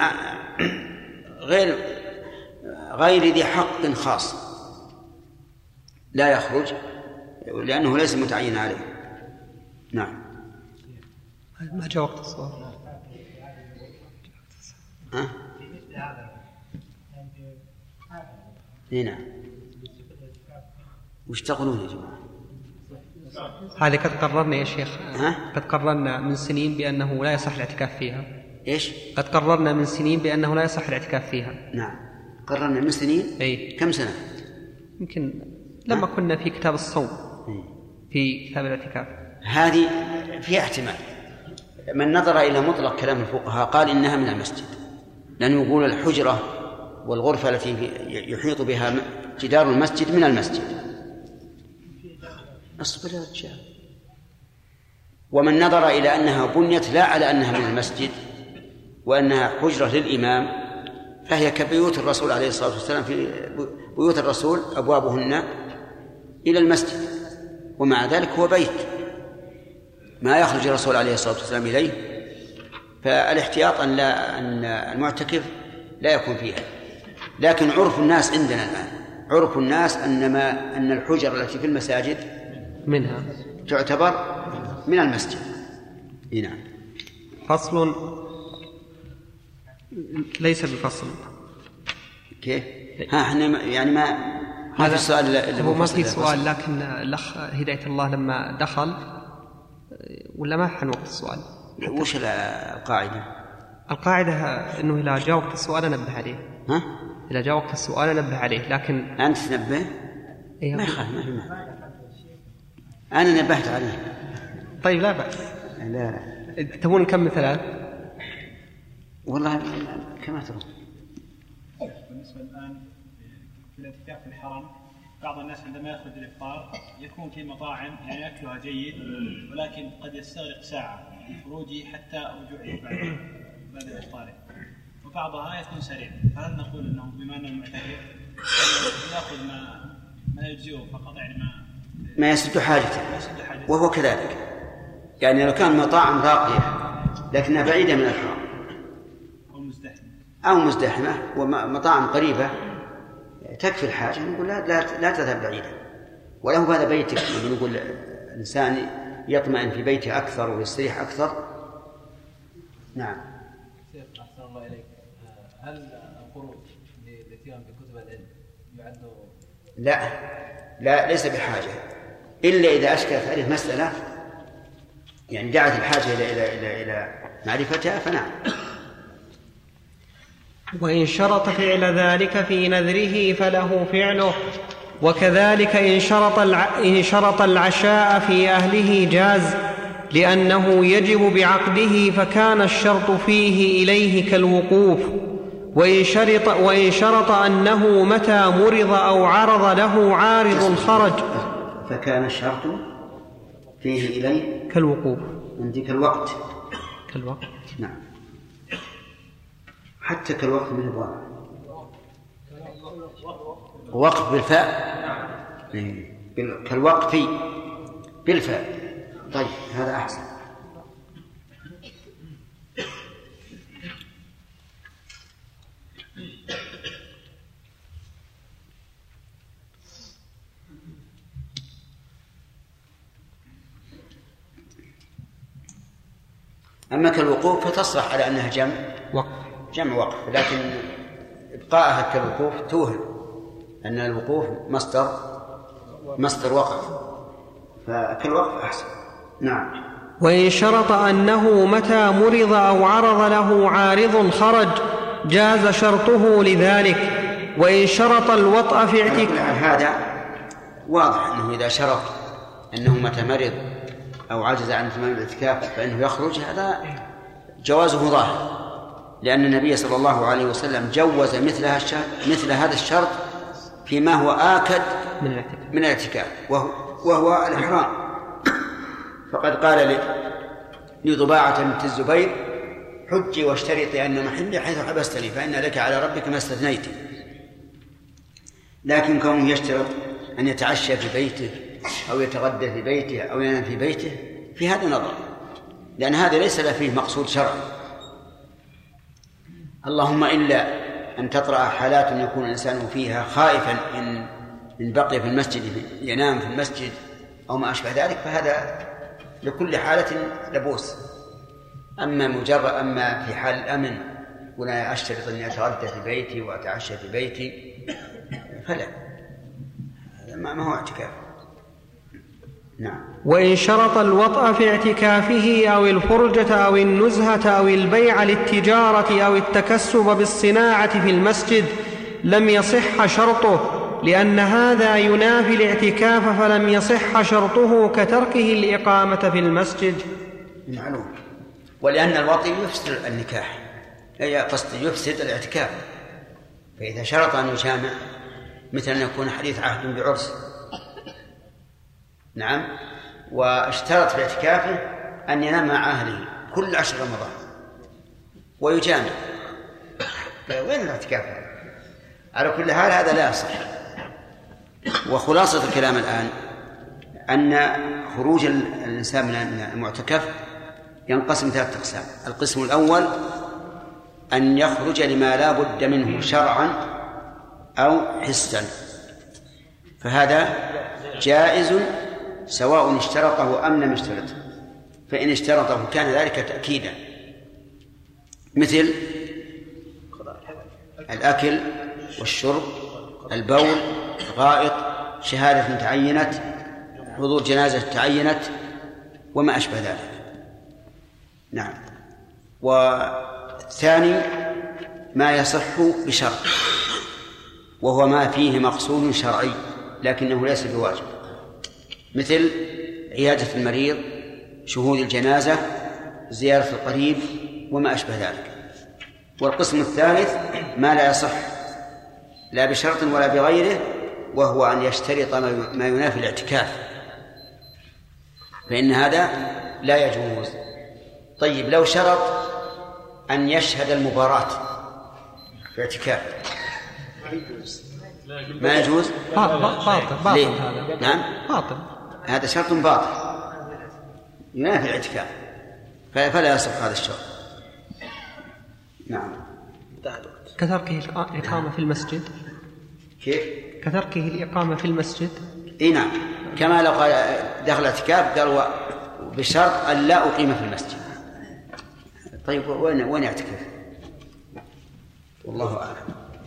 غير ذي حق خاص لا يخرج لأنه ليس متعين عليه. نعم. ما جاء وقت الصلاة. نعم. وش تقولون يا جماعة؟ هذه قد قررنا يا شيخ. قد قررنا من سنين بأنه لا يصح الاعتكاف فيها. إيش؟ قد قررنا من سنين بأنه لا يصح الاعتكاف فيها. نعم. قررنا من سنين؟ أي. كم سنة؟ يمكن لما كنا في كتاب الصوم في كتاب الاعتكاف. هذه فيها احتمال. من نظر إلى مطلق كلام الفقهاء قال إنها من المسجد، لأنه يقول الحجرة والغرفة التي يحيط بها جدار المسجد من المسجد. أصبر يا رجال. ومن نظر إلى أنها بنيت لا على أنها من المسجد وأنها حجرة للإمام فهي كبيوت الرسول عليه الصلاة والسلام، في بيوت الرسول أبوابهن إلى المسجد، ومع ذلك هو بيت ما يخرج الرسول عليه الصلاة والسلام إليه، فالاحتياط أن المعتكف لا يكون فيها. لكن عرف الناس عندنا الآن، عرف الناس أن الحجر التي في المساجد منها تعتبر من المسجد. نعم. فصل ليس بفصل. كيف؟ احنا يعني ما في سؤال. هو ما في سؤال، لكن الأخ هداية الله لما دخل ولا ما حن وقت السؤال. وش القاعدة؟ القاعدة أنه إذا جاء وقت السؤال نبه عليه. ها؟ إذا جاء وقت السؤال نبه عليه، لكن أنت تنبه؟ إيه ما يخالف، ما في معنى. أنا نبهت عليه. طيب لا بأس. لا تبون نكمل 3؟ والله كما ترون. بالنسبة الآن في الاعتكاف في الحرم، بعض الناس عندما يخرج الإفطار يكون في مطاعم يعني أكلها جيد، ولكن قد يستغرق ساعة في خروجه حتى رجوعه بعد إفطاره، وبعضها يكون سريع. فهل نقول أنه بما أنه معتكف يأخذ ما يجزئه فقط، يعني ما يسد حاجته، وهو كذلك. يعني لو كان مطاعم راقية لكنها بعيدة من الحرم أو مزدحمة ومطاعم قريبة تكفي الحاجة، نقول لا تذهب بعيدا. وله هذا بيتك، نقول الإنسان يطمئن في بيته أكثر ويستريح أكثر. نعم. أحسن الله إليك، هل الخروج للاتيان بكتب العلم يعد؟ لا ليس بحاجة، إلا إذا أشكلت عليه مسألة يعني دعت الحاجة إلى معرفتها فنعم. وإن شرط فعل ذلك في نذره فله فعله، وكذلك إن شرط العشاء في أهله جاز، لأنه يجب بعقده فكان الشرط فيه إليه كالوقوف. وإن شرط أنه متى مرض أو عرض له عارض خرج فكان الشرط فيه إليه كالوقوف. عندي كالوقت. نعم، حتى كالوقت بالإضافة. وقف بالفاء، كالوقف بالفاء. طيب هذا أحسن. أما كالوقوف فتصلح على أنها جمع وقف، لكن إبقاءها كالوقوف توهم أن الوقوف مصدر وقف، فكالوقف أحسن. نعم. وإن شرط أنه متى مرض أو عرض له عارض خرج جاز شرطه لذلك. وإن شرط الوطأ في اعتكاف، هذا واضح أنه إذا شرط أنه متى مرض أو عجز عن تمام الاعتكاف فإنه يخرج، هذا جوازه ظاهر، لأن النبي صلى الله عليه وسلم جوز مثل هذا الشرط فيما هو آكد من الاعتكاف وهو الإحرام. فقد قال لضباعة بنت الزبير: حجي واشترطي أن محلي حيث حبستني فإن لك على ربك ما استثنيت. لكن كونه يشترط أن يتعشى في بيته أو يتغدى في بيته أو ينام في بيته، في هذا نظر، لأن هذا ليس له فيه مقصود شرعي. اللهم إلا أن تطرأ حالات يكون الإنسان فيها خائفا إن بقي في المسجد ينام في المسجد أو ما أشبه ذلك، فهذا لكل حالة لبوس. أما في حال الأمن ولا أشترط أن أتغدى في بيتي وأتعشى في بيتي فلا، ما هو اعتكاف. نعم. وإن شرط الوطأ في اعتكافه أو الفرجة أو النزهة أو البيع للتجارة أو التكسب بالصناعة في المسجد لم يصح شرطه، لأن هذا ينافي الاعتكاف فلم يصح شرطه كتركه الإقامة في المسجد. معلوم. ولأن الوطي يفسد النكاح، يفسد الاعتكاف. فإذا شرط أن يجامع مثل أن يكون حديث عهد بعرس، نعم، واشترط في اعتكافه أن ينام مع أهله كل 10 رمضان ويجامع، وين الاعتكاف؟ على كل حال هذا لا يصح. وخلاصة الكلام الآن أن خروج الإنسان من المعتكف ينقسم 3 أقسام. القسم الأول أن يخرج لما لا بد منه شرعا أو حسا، فهذا جائز سواء اشترطه أم لم يشترطه. فإن اشترطه كان ذلك تأكيدا، مثل الأكل والشرب، البول، غائط، شهادة تعينت، حضور جنازة تعينت، وما أشبه ذلك. نعم. والثاني ما يصح بشرط، وهو ما فيه مقصود شرعي لكنه ليس بواجب، مثل عيادة المريض، شهود الجنازة، زيارة القريب، وما أشبه ذلك. والقسم الثالث ما لا يصح لا بشرط ولا بغيره، وهو أن يشترط ما ينافي الاعتكاف، فإن هذا لا يجوز. طيب لو شرط أن يشهد المباراة في اعتكاف ما يجوز؟ باطل هذا. نعم باطل، هذا شرط باطل ينافي الاعتكاف، فلا يصح هذا الشرط. نعم. كتركه الإقامة في المسجد. كيف؟ كتركه الإقامة في المسجد. إيه نعم، كما لو دخل اعتكاف قال بشرط أن لا أقيم في المسجد. طيب وين يعتكف؟ والله أعلم.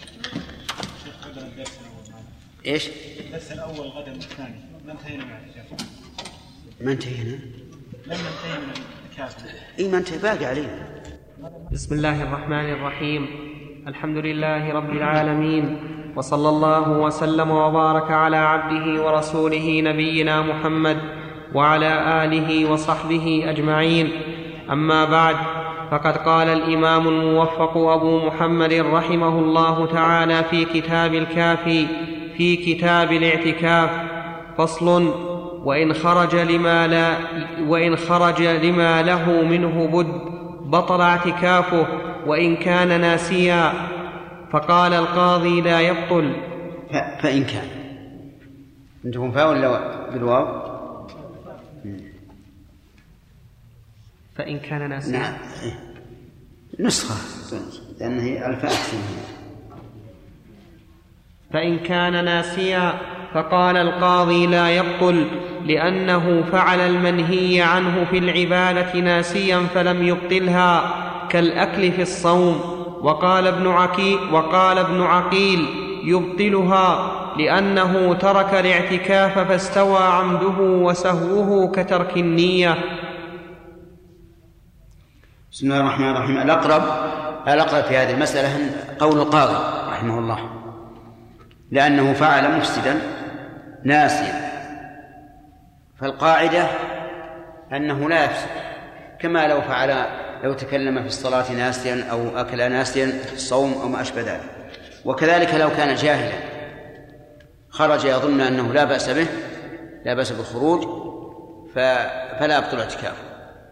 إيش؟ الدرس الأول غدا والثاني ما انتهينا من الاعتكاف. ما انتهينا؟ لم ننتهي من الاعتكاف. إيه ما انتهي، باقي علينا. بسم الله الرحمن الرحيم. الحمد لله رب العالمين، وصلى الله وسلم وبارك على عبده ورسوله نبينا محمد وعلى آله وصحبه أجمعين. أما بعد، فقد قال الإمام الموفق أبو محمد رحمه الله تعالى في كتاب الكافي في كتاب الاعتكاف: فصل: وإن خرج لما له منه بد بطل اعتكافه وإن كان ناسيا. فقال القاضي: لا يبطل. فإن كان عندكم فاء ولا بالواو؟ فإن كان ناسيا. نعم، نسخة لأن هي الفاء أكثر. فإن كان ناسيا. فقال القاضي: لا يبطل، لأنه فعل المنهي عنه في العبادة ناسيا فلم يبطلها، كالأكل في الصوم. وقال ابن عقيل: يبطلها لأنه ترك الاعتكاف فاستوى عمده وسهوه كترك النية. بسم الله الرحمن الرحيم. الأقرب في هذه المسألة قول القاضي رحمه الله، لأنه فعل مفسدا ناسيا، فالقاعدة أنه لا يفسد، كما لو تكلم في الصلاة ناسيا أو أكل ناسيا في الصوم أو ما أشبه ذلك. وكذلك لو كان جاهلا خرج يظن أنه لا بأس به، لا بأس بالخروج، فلا يبطل اعتكافه.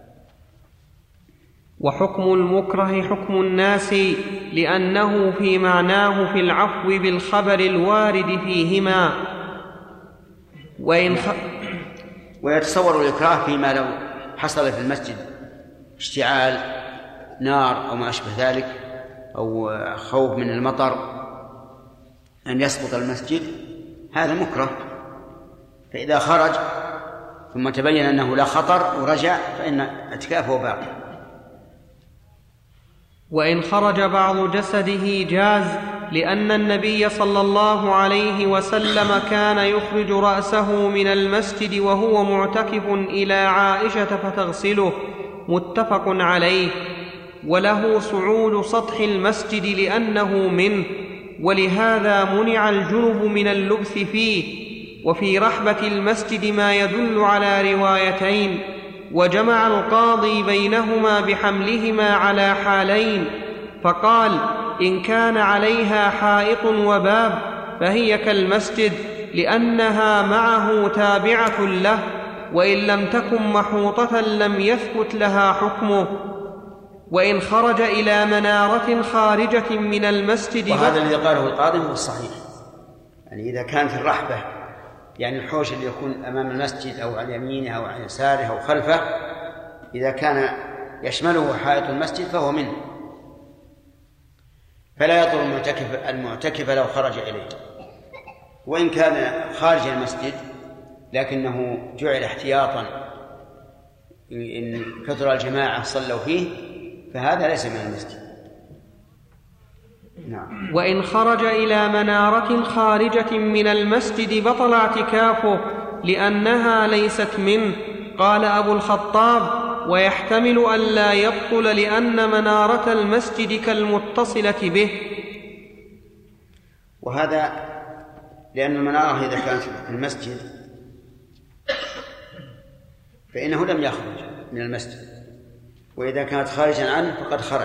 وحكم المكره حكم الناس، لأنه في معناه في العفو بالخبر الوارد فيهما. ويتصور الإكراه فيما لو حصل في المسجد اشتعال نار أو ما أشبه ذلك، أو خوف من المطر أن يسقط المسجد، هذا مكره. فإذا خرج ثم تبين أنه لا خطر ورجع فإن اعتكافه باقي. وإن خرج بعض جسده جاز، لأن النبي صلى الله عليه وسلم كان يخرج رأسه من المسجد وهو معتكف إلى عائشة فتغسله، متفق عليه. وله صعود سطح المسجد لأنه منه، ولهذا منع الجنب من اللبث فيه. وفي رحبة المسجد ما يدل على روايتين، وجمع القاضي بينهما بحملهما على حالين، فقال: إن كان عليها حائط وباب فهي كالمسجد، لأنها معه تابعة له، وإن لم تكن محوطة لم يثبت لها حكمه. وإن خرج إلى منارة خارجة من المسجد، وهذا الذي قاله القاضي هو الصحيح. يعني إذا كانت الرحبة يعني الحوش اللي يكون أمام المسجد أو على يمينه أو على يساره أو خلفه، إذا كان يشمله حائط المسجد فهو منه، فلا يضر المعتكف لو خرج إليه. وإن كان خارج المسجد لكنه جعل احتياطا إن كثر الجماعة صلوا فيه، فهذا ليس من المسجد. نعم. وإن خرج إلى منارة خارجة من المسجد بطل اعتكافه لأنها ليست منه. قال أبو الخطاب: ويحتمل ألا يبطل لأن منارة المسجد كالمتصلة به. وهذا لأن المنارة إذا كانت في المسجد فإنه لم يخرج من المسجد، وإذا كانت خارجا عنه فقد خرج.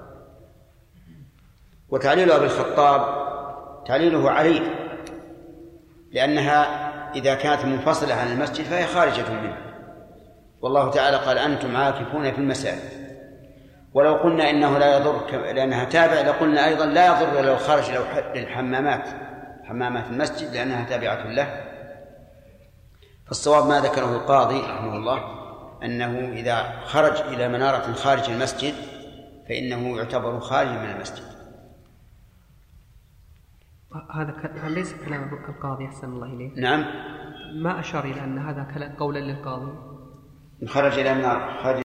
وتعليل أبي الخطاب تعليله عليل، لأنها إذا كانت منفصلة عن المسجد فهي خارجة منه، والله تعالى قال: أنتم عاكفون في المساجد. ولو قلنا إنه لا يضر لأنها تابع لقلنا أيضا لا يضر لو خرج للحمامات حمامات المسجد لأنها تابعة له. فالصواب ما ذكره القاضي رحمه الله أنه إذا خرج إلى منارة خارج المسجد فإنه يعتبر خارج من المسجد. هذا ليس كلام القاضي أحسن الله إليه. نعم، ما أشار إلى أن هذا قولا للقاضي. خرج إلى منارة خارج